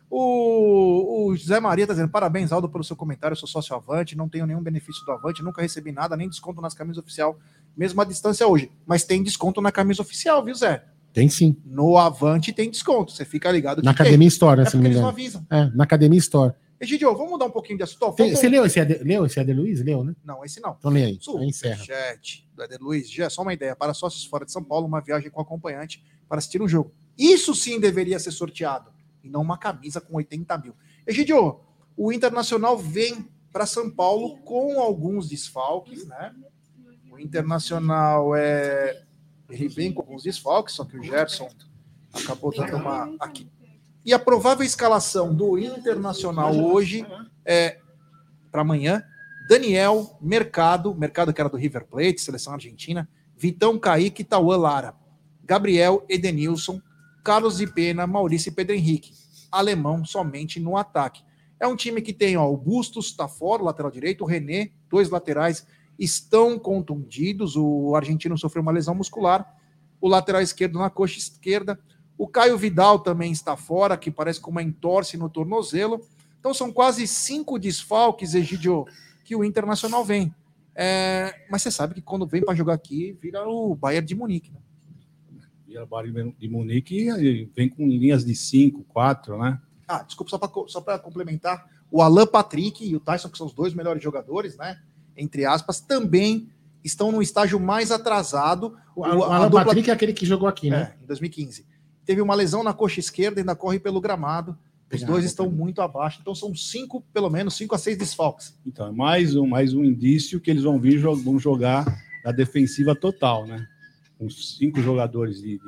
O José Maria está dizendo, parabéns, Aldo, pelo seu comentário, eu sou sócio Avante, não tenho nenhum benefício do Avante, nunca recebi nada, nem desconto nas camisas oficial, mesmo à distância hoje. Mas tem desconto na camisa oficial, viu, Zé? Tem sim. No Avante tem desconto, você fica ligado. Na Academia Store, se não me engano. Eles não avisam. Na Academia Store. Egidio, vamos mudar um pouquinho de assunto. Você leu esse Adeluiz? Leu, né? Não, esse não. Então lê aí. Superchat do Adeluiz. Já é só uma ideia. Para sócios fora de São Paulo, uma viagem com acompanhante para assistir um jogo. Isso sim deveria ser sorteado. E não uma camisa com 80 mil. Egidio, o Internacional vem para São Paulo com alguns desfalques, né? O Internacional ele vem com alguns desfalques, só que o Gerson acabou dando uma... Aqui. E a provável escalação do Internacional hoje para amanhã, Daniel, Mercado que era do River Plate, seleção argentina, Vitão, Kaique, Tauan, Lara, Gabriel, Edenilson, Carlos de Pena, Maurício e Pedro Henrique. Alemão somente no ataque. É um time que tem o Bustos, tá fora, o lateral direito, o René, 2 laterais estão contundidos, o argentino sofreu uma lesão muscular, o lateral esquerdo na coxa esquerda, o Caio Vidal também está fora, que parece com uma entorse no tornozelo. Então são quase 5 desfalques, Egidio, que o Internacional vem. Mas você sabe que quando vem para jogar aqui, vira o Bayern de Munique, né? Vira o Bayern de Munique e vem com linhas de 5, 4, né? Desculpa, só para complementar, o Alan Patrick e o Tyson, que são os 2 melhores jogadores, né? Entre aspas, também estão no estágio mais atrasado. O Alan Patrick é aquele que jogou aqui, né? Em 2015. Teve uma lesão na coxa esquerda e ainda corre pelo gramado. Os 2 estão muito abaixo, então são 5, pelo menos 5 a 6 desfalques. Então, é mais um indício que eles vão jogar na defensiva total, né? Com 5 jogadores que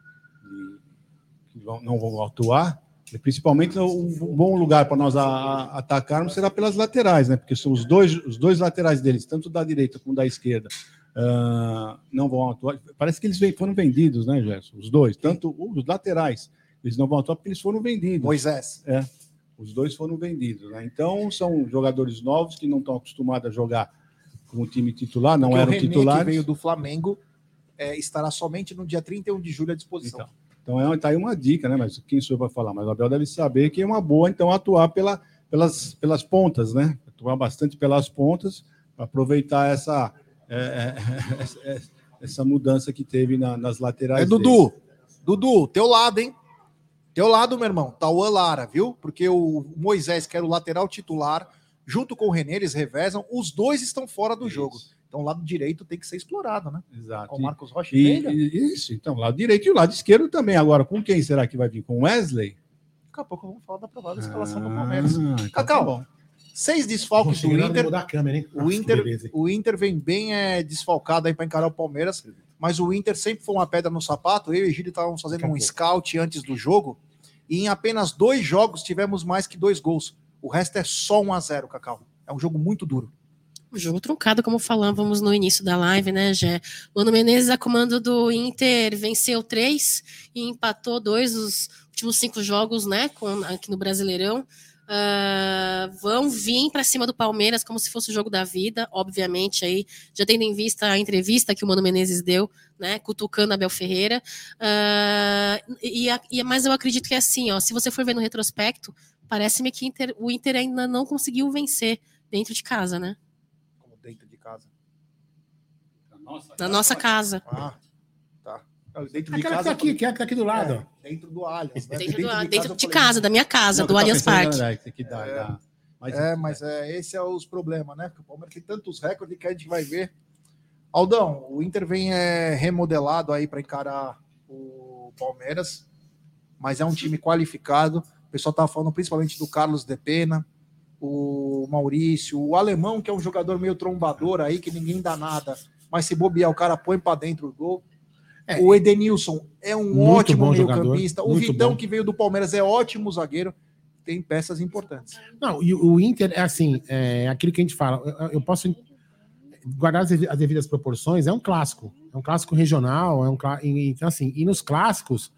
não vão atuar. E principalmente um bom lugar para nós atacarmos será pelas laterais, né? Porque são os dois laterais deles, tanto da direita como da esquerda, não vão atuar. Parece que eles foram vendidos, né, Gerson? Os 2, tanto os laterais. Eles não vão atuar porque eles foram vendidos. Moisés. Os 2 foram vendidos, né? Então, são jogadores novos que não estão acostumados a jogar com o time titular, não eram titulares. Que veio do Flamengo, estará somente no dia 31 de julho à disposição. Então tá aí uma dica, né? Mas quem sou eu para falar? Mas o Abel deve saber que é uma boa, então, atuar pelas pontas, né? Atuar bastante pelas pontas, para aproveitar essa mudança que teve nas laterais. Dudu, teu lado, hein? Teu lado, meu irmão, Tauan Lara, viu? Porque o Moisés, que era o lateral titular, junto com o René, eles revezam, os 2 estão fora do jogo. Então o lado direito tem que ser explorado, né? Exato. Com o Marcos Rocha e Veiga. Isso, então, o lado direito e o lado esquerdo também. Agora, com quem será que vai vir? Com o Wesley? Daqui a pouco vamos falar da provável escalação do Palmeiras. Então Cacau, 6 desfalques do Inter. A câmera, hein? O Inter vem bem desfalcado aí para encarar o Palmeiras, mas o Inter sempre foi uma pedra no sapato. Eu e o Egídio estávamos fazendo um scout antes do jogo e em apenas 2 jogos tivemos mais que 2 gols. O resto é só 1-0, Cacau. É um jogo muito duro. Um jogo truncado, como falávamos no início da live, né, Gé? Mano Menezes, a comando do Inter, venceu 3 e empatou 2 os últimos 5 jogos, né, aqui no Brasileirão. Vão vir para cima do Palmeiras como se fosse o jogo da vida, obviamente, aí, já tendo em vista a entrevista que o Mano Menezes deu, né, cutucando Abel Ferreira. Mas eu acredito que é assim, ó, se você for ver no retrospecto, parece-me que o Inter ainda não conseguiu vencer dentro de casa, né? Dentro de casa. Na nossa casa. Tá. Dentro de Aquela casa. que tá aqui do lado. Dentro do Allianz. Né? Dentro de casa, da minha casa, do Allianz Parque. Mas esse é os problemas, né? Porque o Palmeiras tem tantos recordes que a gente vai ver. Aldão, o Inter vem remodelado aí para encarar o Palmeiras, mas é um time qualificado. O pessoal estava falando principalmente do Carlos De Pena, o Maurício, o Alemão, que é um jogador meio trombador aí, que ninguém dá nada, mas se bobear, o cara põe para dentro o gol. O Edenilson é um ótimo meio-campista. O Vitão, que veio do Palmeiras, é ótimo zagueiro. Tem peças importantes. Não, e o Inter é assim, aquilo que a gente fala, eu posso guardar as devidas proporções, é um clássico regional, então assim, e nos clássicos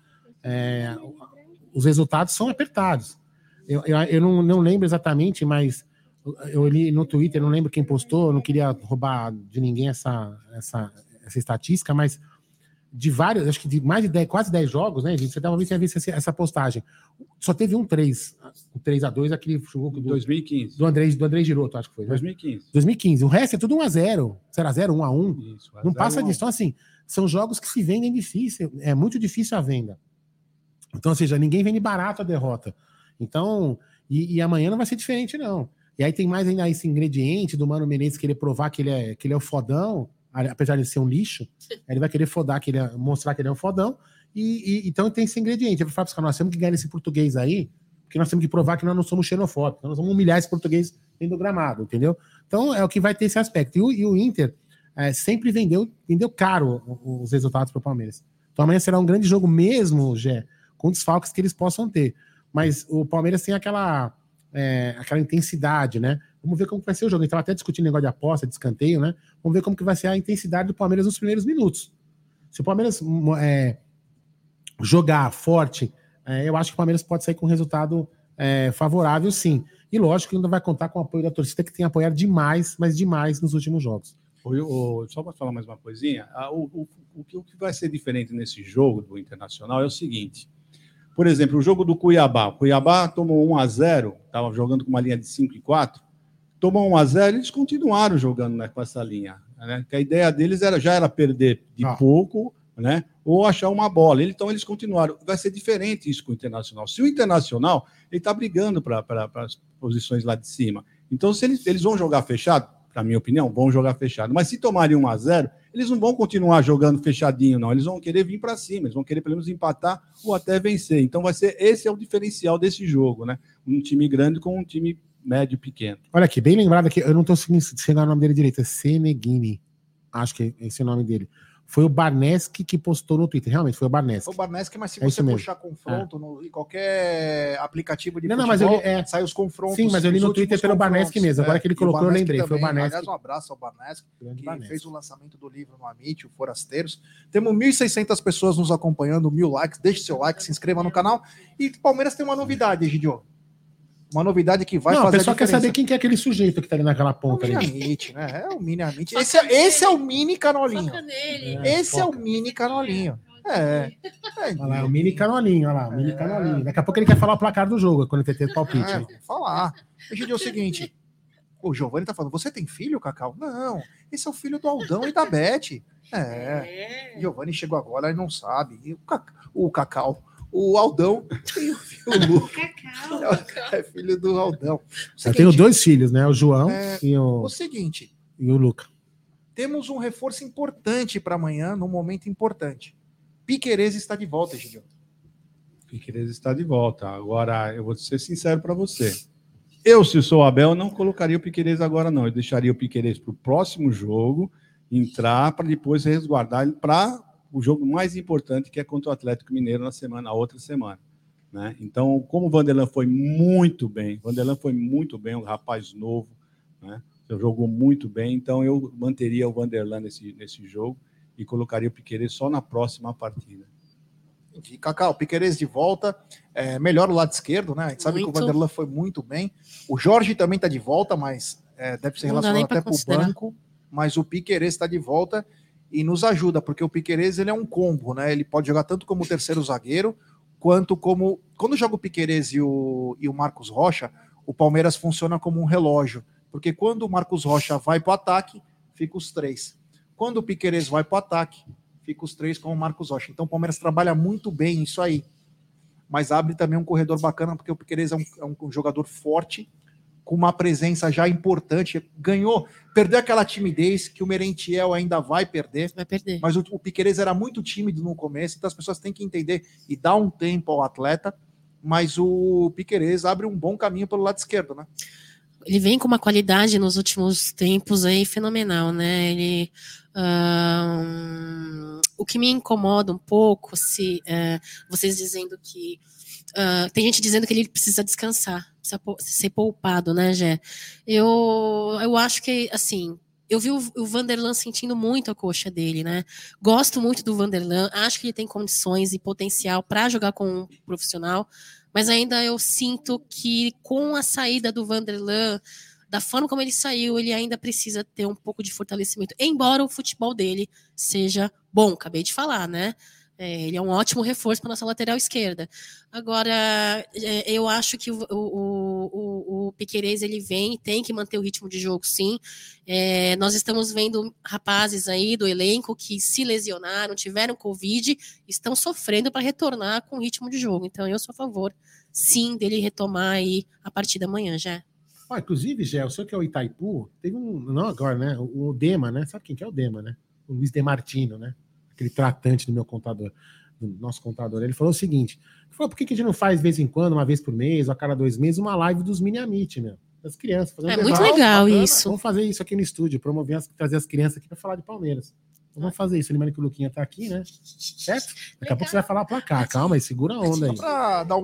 os resultados são apertados. Eu não lembro exatamente, mas eu li no Twitter, não lembro quem postou, eu não queria roubar de ninguém essa estatística, mas de vários, acho que de mais de 10, quase 10 jogos, né, gente? Você tava vendo essa postagem. Só teve um 3-2, aquele jogo do 2015. Do André Giroto, acho que foi. Né? 2015. O resto é tudo 1-0, 0-0, 1-1. Isso, não passa disso. Então, assim, são jogos que se vendem difícil. É muito difícil a venda. Então, ou seja, ninguém vende barato a derrota. Então, e amanhã não vai ser diferente, não. E aí tem mais ainda esse ingrediente do Mano Menezes querer provar que ele é o fodão, apesar de ser um lixo, ele vai querer mostrar que ele é um fodão, e então tem esse ingrediente. Eu falo para os caras, nós temos que ganhar esse português aí, porque nós temos que provar que nós não somos xenofóbicos, nós vamos humilhar esse português dentro do gramado, entendeu? Então é o que vai ter esse aspecto. E o Inter sempre vendeu caro os resultados para o Palmeiras. Então amanhã será um grande jogo mesmo, Gé, com desfalques que eles possam ter. Mas o Palmeiras tem aquela intensidade, né? Vamos ver como vai ser o jogo. A gente estava até discutindo negócio de aposta, de escanteio, né? Vamos ver como que vai ser a intensidade do Palmeiras nos primeiros minutos. Se o Palmeiras jogar forte, eu acho que o Palmeiras pode sair com um resultado favorável, sim. E lógico que ainda vai contar com o apoio da torcida, que tem apoiado demais, mas demais nos últimos jogos. Só para falar mais uma coisinha, o que vai ser diferente nesse jogo do Internacional é o seguinte: Por exemplo, o jogo do Cuiabá. O Cuiabá tomou 1-0, estava jogando com uma linha de 5-4, tomou 1-0, eles continuaram jogando, né, com essa linha. Né? Que a ideia deles já era perder de pouco, né, ou achar uma bola. Então, eles continuaram. Vai ser diferente isso com o Internacional. Se o Internacional está brigando para as posições lá de cima. Então, se eles vão jogar fechado, na minha opinião, vão jogar fechado. Mas se tomarem 1-0, eles não vão continuar jogando fechadinho, não. Eles vão querer vir para cima, eles vão querer pelo menos empatar ou até vencer. Então, esse é o diferencial desse jogo, né? Um time grande com um time médio pequeno. Olha aqui, bem lembrado aqui, eu não estou seguindo o nome dele direito, é Seneghini. Acho que esse é o nome dele. Foi o Barneski que postou no Twitter. Realmente, foi o Barneski. Foi o Barneski, mas se você puxar confronto em qualquer aplicativo de futebol, mas sai os confrontos. Sim, mas eu li no Twitter pelo Barneski mesmo. Agora que ele colocou, eu lembrei. Também. Foi o Barneski. Aliás, um abraço ao Barneski, que fez o lançamento do livro no Amit, o Forasteiros. Temos 1.600 pessoas nos acompanhando, 1.000 likes. Deixe seu like, se inscreva no canal. E o Palmeiras tem uma novidade, Egidio. Uma novidade que vai fazer a pessoa quer saber quem que é aquele sujeito que tá ali naquela ponta. É o Mini Amit, né? É o Mini Amit. Esse é o Mini Canolinho. Esse é o Mini Canolinho. Olha lá, o Mini Canolinho, olha lá, o Mini Canolinho. Daqui a pouco ele quer falar o placar do jogo, quando ele tem palpite. Vou falar. Hoje é o seguinte, o Giovanni tá falando, você tem filho, Cacau? Não, esse é o filho do Aldão e da Beth. Giovanni chegou agora, ele não sabe. E o Cacau, o Aldão e o Luca. É filho do Aldão. Eu tenho 2 filhos, né? O João e o seguinte. E o Luca. Temos um reforço importante para amanhã, num momento importante. Piquerez está de volta, Gideon. Piquerez está de volta. Agora, eu vou ser sincero para você. Eu, se sou o Abel, não colocaria o Piquerez agora, não. Eu deixaria o Piquerez para o próximo jogo, entrar para depois resguardar ele para o jogo mais importante, que é contra o Atlético Mineiro na outra semana. Né? Então, como o Vanderlan foi muito bem, um rapaz novo, né? Jogou muito bem, então eu manteria o Vanderlan nesse jogo e colocaria o Piquerez só na próxima partida. E Cacau, Piquerez de volta, melhor o lado esquerdo, né? A gente sabe que o Vanderlan foi muito bem. O Jorge também está de volta, mas deve ser relacionado até para o banco. Mas o Piquerez está de volta e nos ajuda, porque o Piquerez ele é um combo, né? Ele pode jogar tanto como terceiro zagueiro, quanto como... Quando joga o Piquerez e o Marcos Rocha, o Palmeiras funciona como um relógio, porque quando o Marcos Rocha vai para o ataque, fica os 3. Quando o Piquerez vai para o ataque, fica os 3 com o Marcos Rocha. Então o Palmeiras trabalha muito bem isso aí. Mas abre também um corredor bacana, porque o Piquerez é um jogador forte, com uma presença já importante. Perdeu aquela timidez que o Merentiel ainda vai perder. Mas o Piquerez era muito tímido no começo, então as pessoas têm que entender e dar um tempo ao atleta. Mas o Piquerez abre um bom caminho pelo lado esquerdo, né? Ele vem com uma qualidade nos últimos tempos aí fenomenal, né? Ele, o que me incomoda um pouco, vocês dizendo que tem gente dizendo que ele precisa descansar, precisa ser poupado, né, Gé? Eu acho que, assim, eu vi o Vanderlan sentindo muito a coxa dele, né? Gosto muito do Vanderlan, acho que ele tem condições e potencial para jogar com um profissional, mas ainda eu sinto que com a saída do Vanderlan, da forma como ele saiu, ele ainda precisa ter um pouco de fortalecimento, embora o futebol dele seja bom, acabei de falar, né? Ele é um ótimo reforço para nossa lateral esquerda. Agora, eu acho que o Piquerez, ele vem e tem que manter o ritmo de jogo, sim. Nós estamos vendo rapazes aí do elenco que se lesionaram, tiveram Covid, estão sofrendo para retornar com o ritmo de jogo. Então, eu sou a favor, sim, dele retomar aí a partir da manhã, já. Inclusive, Gé, o senhor que é o Itaipu, teve não agora, né? O Dema, né? Sabe quem que é o Dema, né? O Luiz Demartino, né? Aquele tratante do meu contador, do nosso contador, ele falou o seguinte: por que a gente não faz de vez em quando, uma vez por mês, ou a cada 2 meses, uma live dos Mini Amit, meu? Das crianças. Muito legal bacana. Isso. Vamos fazer isso aqui no estúdio, trazer as crianças aqui para falar de Palmeiras. Então, vamos fazer isso. Lembrando que o Luquinha tá aqui, né? Certo? Daqui a pouco você vai falar o placar. Calma aí, segura a onda aí. Só para dar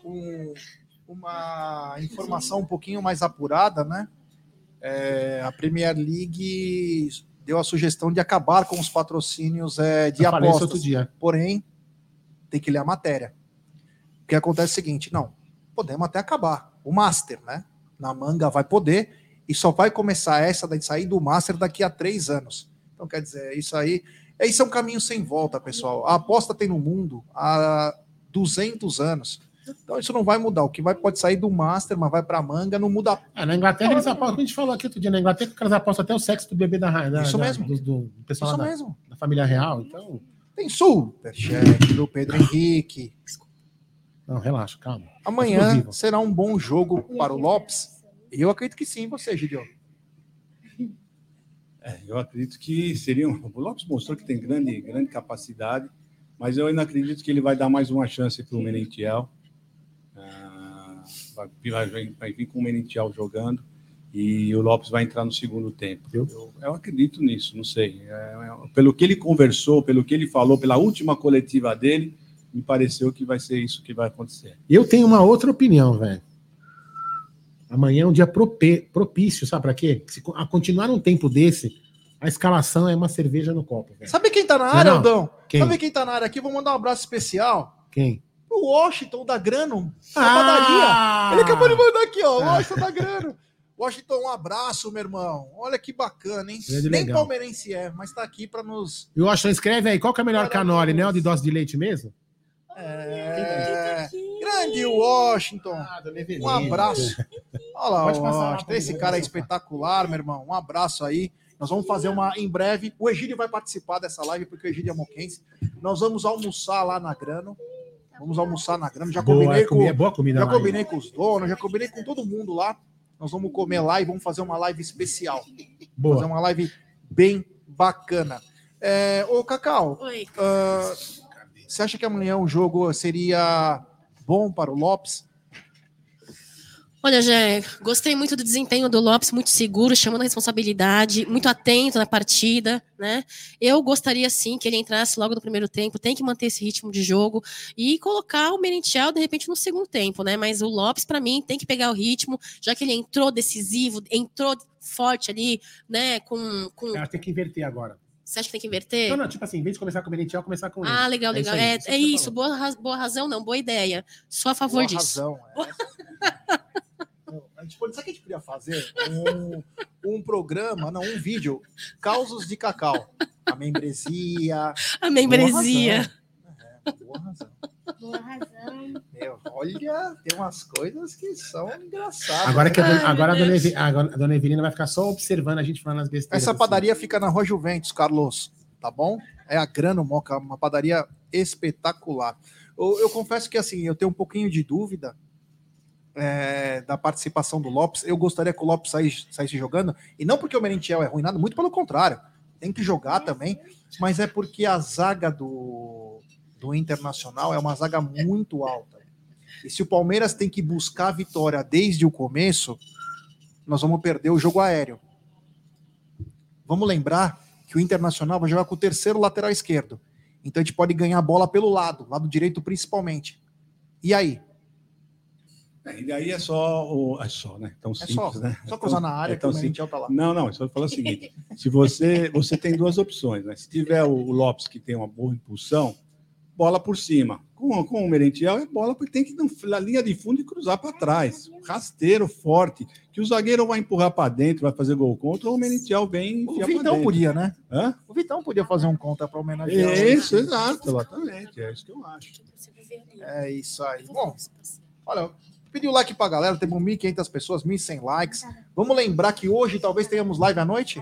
uma informação um pouquinho mais apurada, né? A Premier League deu a sugestão de acabar com os patrocínios de apostas. Outro dia. Porém, tem que ler a matéria. O que acontece é o seguinte, não, podemos até acabar. O Master, né? Na manga vai poder, e só vai começar sair do Master daqui a 3 anos. Então, quer dizer, isso é um caminho sem volta, pessoal. A aposta tem no mundo há 200 anos. Então isso não vai mudar. O que pode sair do Master, mas vai pra manga, não muda. Na Inglaterra eles apostam, como a gente falou aqui outro dia, na Inglaterra eles apostam até o sexo do bebê da rainha. Isso mesmo. Do pessoal Isso lá mesmo. da família real. Então. Tem superchat do Pedro Henrique. Não, relaxa, calma. Amanhã Exclusivo. será um bom jogo para o Lopes? Eu acredito que sim, você, Gideon. Eu acredito que seria. O Lopes mostrou que tem grande capacidade, mas eu ainda acredito que ele vai dar mais uma chance para o Merentiel. Vai vir com o Merentiel jogando e o Lopes vai entrar no segundo tempo. Eu acredito nisso, não sei. Pelo que ele conversou, pelo que ele falou, pela última coletiva dele, me pareceu que vai ser isso que vai acontecer. Eu tenho uma outra opinião, velho. Amanhã é um dia propício, sabe pra quê? Se continuar um tempo desse, a escalação é uma cerveja no copo, velho. Sabe quem tá na área, Não. Aldão? Quem? Sabe quem tá na área aqui? Vou mandar um abraço especial Quem? pro Washington da Grano, da padaria. Ele acabou de mandar aqui, ó. Washington da Grano. Washington, um abraço, meu irmão. Olha que bacana, hein? Grande Nem legal. palmeirense mas tá aqui pra nos... E o Washington, escreve aí, qual que é a melhor canole, né? O de dose de leite mesmo? Grande Washington. Dona Evelina. Um abraço. Olha lá, Pode passar lá, Washington. pode Esse passar. cara é espetacular, meu irmão. Um abraço aí. Nós vamos fazer uma em breve. O Egídio vai participar dessa live, porque o Egídio é moquense. Nós vamos almoçar lá na Grano. Vamos almoçar na Grano. Já combinei boa comida já lá, combinei com os donos, já combinei com todo mundo lá. Nós vamos comer lá e vamos fazer uma live especial. Boa. Fazer uma live bem bacana. Ô, Cacau, Oi. você acha que amanhã o jogo seria bom para o Lopes? Olha, Jé, gostei muito do desempenho do Lopes, muito seguro, chamando a responsabilidade, muito atento na partida, né? Eu gostaria, sim, que ele entrasse logo no primeiro tempo, tem que manter esse ritmo de jogo e colocar o Merentiel, de repente, no segundo tempo, né? Mas o Lopes, para mim, tem que pegar o ritmo, já que ele entrou decisivo, entrou forte ali, né? Tem que inverter agora. Você acha que tem que inverter? Não, tipo assim, em vez de começar com o Merentiel, começar com ele. Ah, legal. Isso aí, É isso, boa razão, não, boa ideia. Sou a favor Boa disso. razão. Sabe o que a gente podia fazer? Um programa, um vídeo, Causos de Cacau. A membresia. A membresia. Boa razão. Boa razão. Olha, tem umas coisas que são engraçadas. Agora a dona Evelina vai ficar só observando a gente falando as besteiras. Essa padaria fica na Rua Juventus, Carlos, tá bom? É a Grano Moca, uma padaria espetacular. Eu confesso que assim, eu tenho um pouquinho de dúvida da participação do Lopes. Eu gostaria que o Lopes saísse jogando, e não porque o Merentiel é ruim, nada, muito pelo contrário, tem que jogar também, mas é porque a zaga do Internacional é uma zaga muito alta. E se o Palmeiras tem que buscar a vitória desde o começo, nós vamos perder o jogo aéreo. Vamos lembrar que o Internacional vai jogar com o terceiro lateral esquerdo. Então a gente pode ganhar a bola pelo lado direito principalmente. E aí? E daí é só, né? Tão simples, né? Só cruzar na área que o Merentiel tá lá. Não, só falar o seguinte, se você tem duas opções, né? Se tiver o Lopes que tem uma boa impulsão, bola por cima. Com o Merentiel é bola porque tem que ir na linha de fundo e cruzar para trás. Rasteiro, forte, que o zagueiro vai empurrar para dentro, vai fazer gol contra, ou o Merentiel vem O Vitão podia, né? Hã? O Vitão podia fazer um contra para homenagear. Isso, exato, exatamente. É isso que eu acho. É isso aí. Bom, olha, pedi o like pra galera, temos 1.500 pessoas, 1.100 likes. Vamos lembrar que hoje talvez tenhamos live à noite?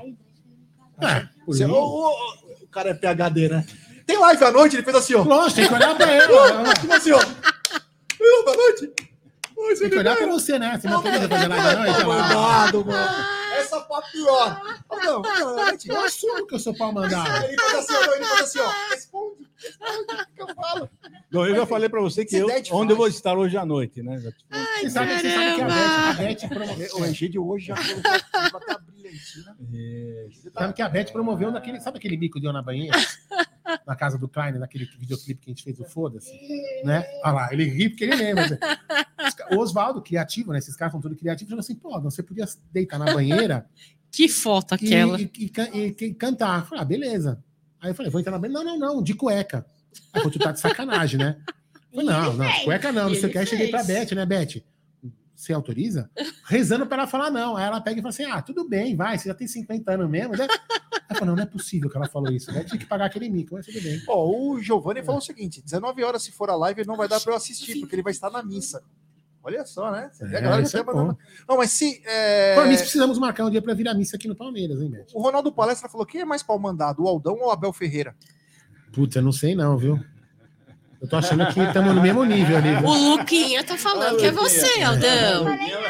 Por mim. O cara é PHD, né? Tem live à noite? Ele fez assim, ó. Lógico, tem que olhar pra ele. Tipo assim, ó. Boa noite. Tem que olhar pra você, né? Você não quer fazer live à noite? Mandado, mano. Essa papior. Não, Eu assumo que eu sou pau mandado. Ele faz assim, ó. Responde o que eu falo. Não, eu já falei para você que onde eu vou estar hoje à noite, né? Você sabe que a Beth promoveu. O Egídio hoje já colocou até a brilhantina. Sabe que a Beth promoveu naquele. Sabe aquele bico de eu na banheira? Na casa do Klein, naquele videoclipe que a gente fez, o Foda-se, né? Olha lá, ele ri porque ele lembra. O Oswaldo, criativo, né? Esses caras são tudo criativos, falou assim, pô, você podia deitar na banheira. Que foto aquela. E cantar. Falei, beleza. Aí eu falei, vou entrar na banheira. Não, de cueca. Aí tu tá de sacanagem, né? Falei, não, de cueca não sei o que. Aí cheguei pra Beth, né, Beth? você autoriza? Rezando pra ela falar não. Aí ela pega e fala assim, tudo bem, vai, você já tem 50 anos mesmo. Ela fala, não é possível que ela falou isso. Vai ter que pagar aquele mico, mas tudo bem. Ó, o Giovanni falou o seguinte, 19 horas se for a live, não vai dar pra eu assistir, porque ele vai estar na missa. Olha só, né? Você vê a galera isso já é tá bom. mandando... Não, mas se... Para mim, precisamos marcar um dia pra vir a missa aqui no Palmeiras, hein, Beth? O Ronaldo Palestra falou, quem é mais pau mandado, o Aldão ou o Abel Ferreira? Putz, eu não sei não, viu? Eu tô achando que estamos no mesmo nível ali. Viu? O Luquinha tá falando que é você, Aldão.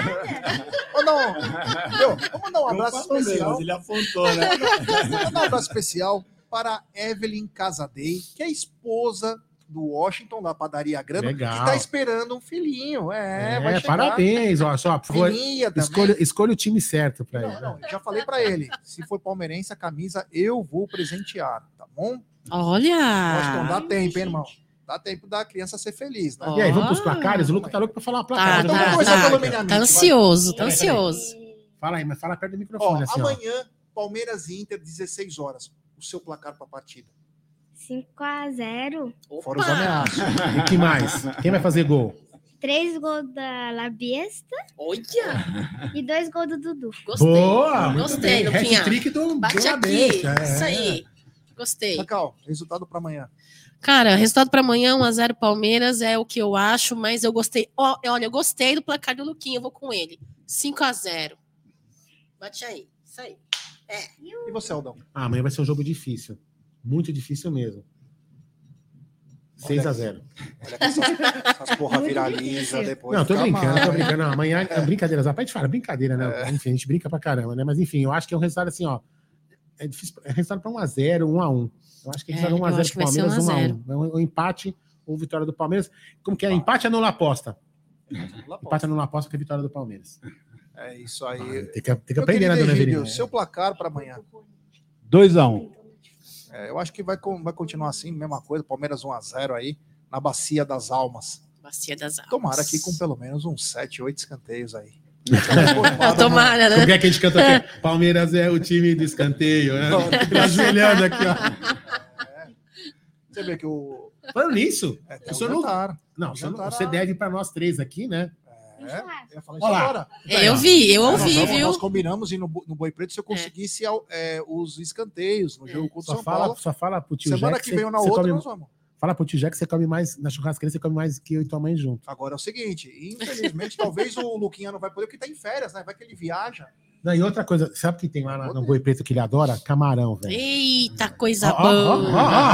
Vamos mandar um abraço especial. Ele apontou, né? Vamos mandar um abraço especial para a Evelyn Casadei, que é esposa do Washington, da Padaria Grama, Legal. que tá esperando um filhinho. Vai chegar. Parabéns, ó, só, por favor, Filhinha também. escolha o time certo pra ele. Não, já falei para ele, se for palmeirense, a camisa eu vou presentear, tá bom? Olha! Washington, dá tempo, hein, irmão? Dá tempo da criança ser feliz, né? E aí, vamos pros placares? O Lucas tá louco pra falar placar. Então vamos começar pelo Meniamite, Tá vai. ansioso, tá Peraí, ansioso. Fala aí, mas fala perto do Ó, microfone, assim, ó. amanhã, Palmeiras e Inter, 16 horas. O seu placar para a partida. 5-0. Fora os ameaços. E que mais? Quem vai fazer gol? 3 gols da Labiesta Olha! e 2 gols do Dudu. Gostei. Boa! muito Gostei, bem. Luquinha. Hat-trick do Bate aqui. Abelha, Isso aí. Gostei. Cacau, resultado para amanhã. Cara, resultado para amanhã, 1-0 Palmeiras, é o que eu acho, mas eu gostei. Olha, eu gostei do placar do Luquinha, eu vou com ele. 5-0. Bate aí. Isso aí. E você, Aldão? Amanhã vai ser um jogo difícil. Muito difícil mesmo. 6-0. Olha que essas porra Muito viraliza difícil. depois. Não, tô fica brincando, mal, tô hein? brincando. Não, amanhã é brincadeira. A gente fala brincadeira, né? Enfim, a gente brinca pra caramba, né? Mas enfim, eu acho que é um resultado assim, ó. É difícil. É resultado pra 1-0, 1-1. Eu acho que é resultado eu 1-0 acho que pro vai ser Palmeiras, 1-0. 1-1. É um empate ou vitória do Palmeiras. Como que é? Empate anula a aposta. Empate anula a aposta que é vitória do Palmeiras. É isso aí. Tem que Meu aprender, né, querido dona Egídio, Everina? seu placar para amanhã. 2-1. Eu acho que vai continuar assim, mesma coisa. Palmeiras 1-0 aí, na Bacia das Almas. Bacia das Almas. Tomara aqui com pelo menos uns 7, 8 escanteios aí. Tomara, né? Como é que a gente canta aqui? Palmeiras é o time do escanteio, né? Ajoelhando aqui, ó. Você vê que o... Falando nisso, tem o um senhor não... jantar. Não, Um jantar você lá. deve para nós três aqui, né? Eu ia falar isso Olha lá. agora. Eu vi, eu ouvi, nós, viu? Nós combinamos ir no Boi Preto se eu conseguisse os escanteios no jogo contra o São Paulo. Só fala pro tio Semana Jack que vem ou na você outra come, nós vamos. Fala pro tio Jack que você come mais, na churrasqueira você come mais que eu e tua mãe junto. Agora é o seguinte, infelizmente, talvez o Luquinha não vai poder, porque tá em férias, né? Vai que ele viaja. Não, e outra coisa, sabe o que tem lá no Boi Preto que ele adora? Camarão, velho. Eita, coisa Ó, boa.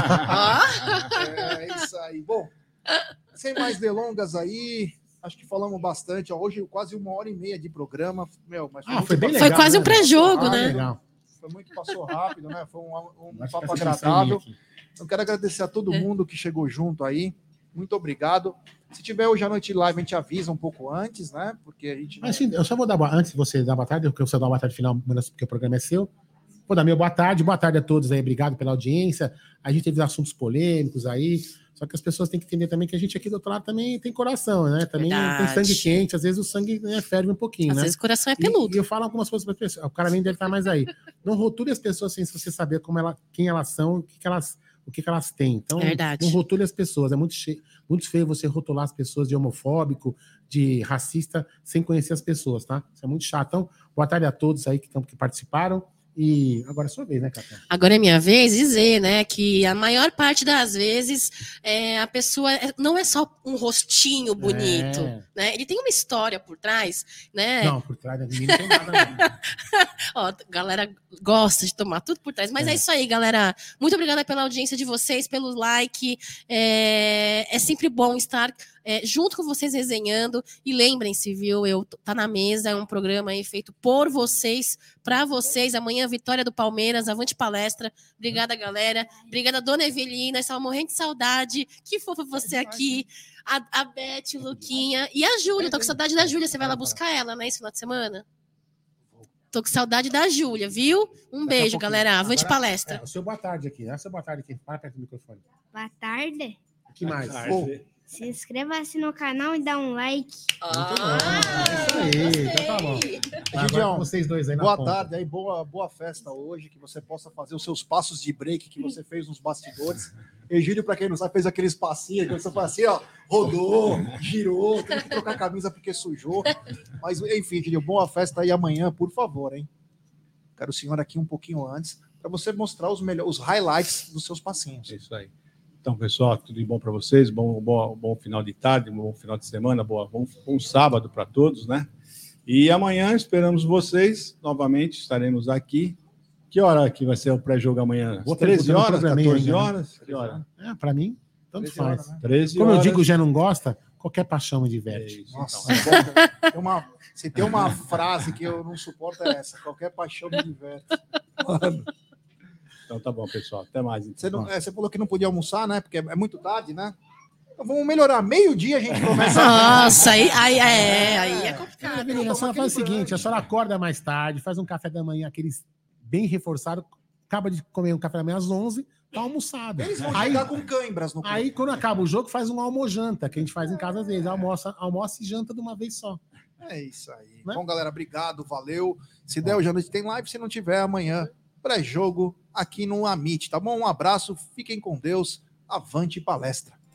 É isso aí. Bom, sem mais delongas aí, acho que falamos bastante. Ó, hoje quase 1h30 de programa. Meu, mas Foi bem Foi legal. quase um pré-jogo, Ah, né? legal. Foi muito, passou rápido, né? Foi um Acho papo que essa agradável. aqui. Eu quero agradecer a todo mundo que chegou junto aí. Muito obrigado. Se tiver hoje à noite live, a gente avisa um pouco antes, né? Porque a gente. Mas, assim, eu só vou dar antes de você dar boa tarde, porque você dá uma boa tarde final, porque o programa é seu. Vou dar meu boa tarde a todos aí, obrigado pela audiência. A gente teve assuntos polêmicos aí, só que as pessoas têm que entender também que a gente aqui do outro lado também tem coração, né? Também Verdade. tem sangue quente, às vezes o sangue ferve um pouquinho, Às né? vezes o coração é E peludo. eu falo algumas coisas para as pessoas, o cara nem deve estar mais aí. Não rotule as pessoas sem você saber quem elas são, o que elas têm. Então, Verdade. não rotule as pessoas. É muito feio você rotular as pessoas de homofóbico, de racista, sem conhecer as pessoas, tá? Isso é muito chato. Então, boa tarde a todos aí que participaram. E agora é sua vez, né, Cacá? Agora é minha vez dizer, né, que a maior parte das vezes a pessoa não é só um rostinho bonito, né? Ele tem uma história por trás, né? Não, por trás da menina não tem nada. Não. Ó, a galera gosta de tomar tudo por trás. Mas é isso aí, galera. Muito obrigada pela audiência de vocês, pelo like. É sempre bom estar junto com vocês resenhando. E lembrem-se, viu? Tá na mesa, é um programa aí feito por vocês, para vocês. Amanhã, vitória do Palmeiras, avante palestra. Obrigada, galera. Obrigada, dona Evelina. Estava morrendo de saudade. Que fofa você aqui. A Beth, o Luquinha. E a Júlia. Tô com saudade da Júlia. Você vai lá buscar ela, né? Esse final de semana? Tô com saudade da Júlia, viu? Um beijo, galera. Avante palestra. O seu boa tarde aqui. O seu boa tarde aqui. Para perto do microfone. Boa tarde. O que mais? Se inscreva-se no canal e dá um like. Muito bom. É isso aí. Então tá bom. Agora Gideão, com vocês dois aí na boa ponta. tarde, aí boa festa hoje, que você possa fazer os seus passos de break que você fez nos bastidores. Egídio, para quem não sabe, fez aqueles passinhos que você faz assim, ó, rodou, girou, teve que trocar a camisa porque sujou. Mas, enfim, Egídio, boa festa aí amanhã, por favor, hein? Quero o senhor aqui um pouquinho antes, para você mostrar os highlights dos seus passinhos. É isso aí. Então, pessoal, tudo de bom para vocês, bom final de tarde, bom final de semana, bom sábado para todos, né? E amanhã esperamos vocês, novamente estaremos aqui. Que hora que vai ser o pré-jogo amanhã? Boa 13 pergunta, horas, não tem problema 14 ainda, né? horas? Que hora? Pra mim, tanto 13 faz. horas, né? 13 Como horas. eu digo, já não gosta, qualquer paixão me É diverte. isso, Nossa, então. se tem uma frase que eu não suporto é essa, qualquer paixão me diverte. Mano, Então tá bom, pessoal. Até mais. Então. você falou que não podia almoçar, né? Porque é muito tarde, né? Então vamos melhorar. Meio-dia a gente começa. Nossa, aí é complicado. Menina, a senhora faz o seguinte, a senhora acorda mais tarde, faz um café da manhã, aqueles bem reforçado, acaba de comer um café da manhã às 11, tá almoçada. Eles vão Aí, chegar com cãibras no corpo. aí, quando acaba o jogo, faz um almojanta, que a gente faz em casa às vezes. Almoça e janta de uma vez só. É isso aí. Né? Bom, galera, obrigado, valeu. Se der hoje à noite tem live, se não tiver amanhã, pré-jogo aqui no Amit, tá bom? Um abraço, fiquem com Deus, avante palestra.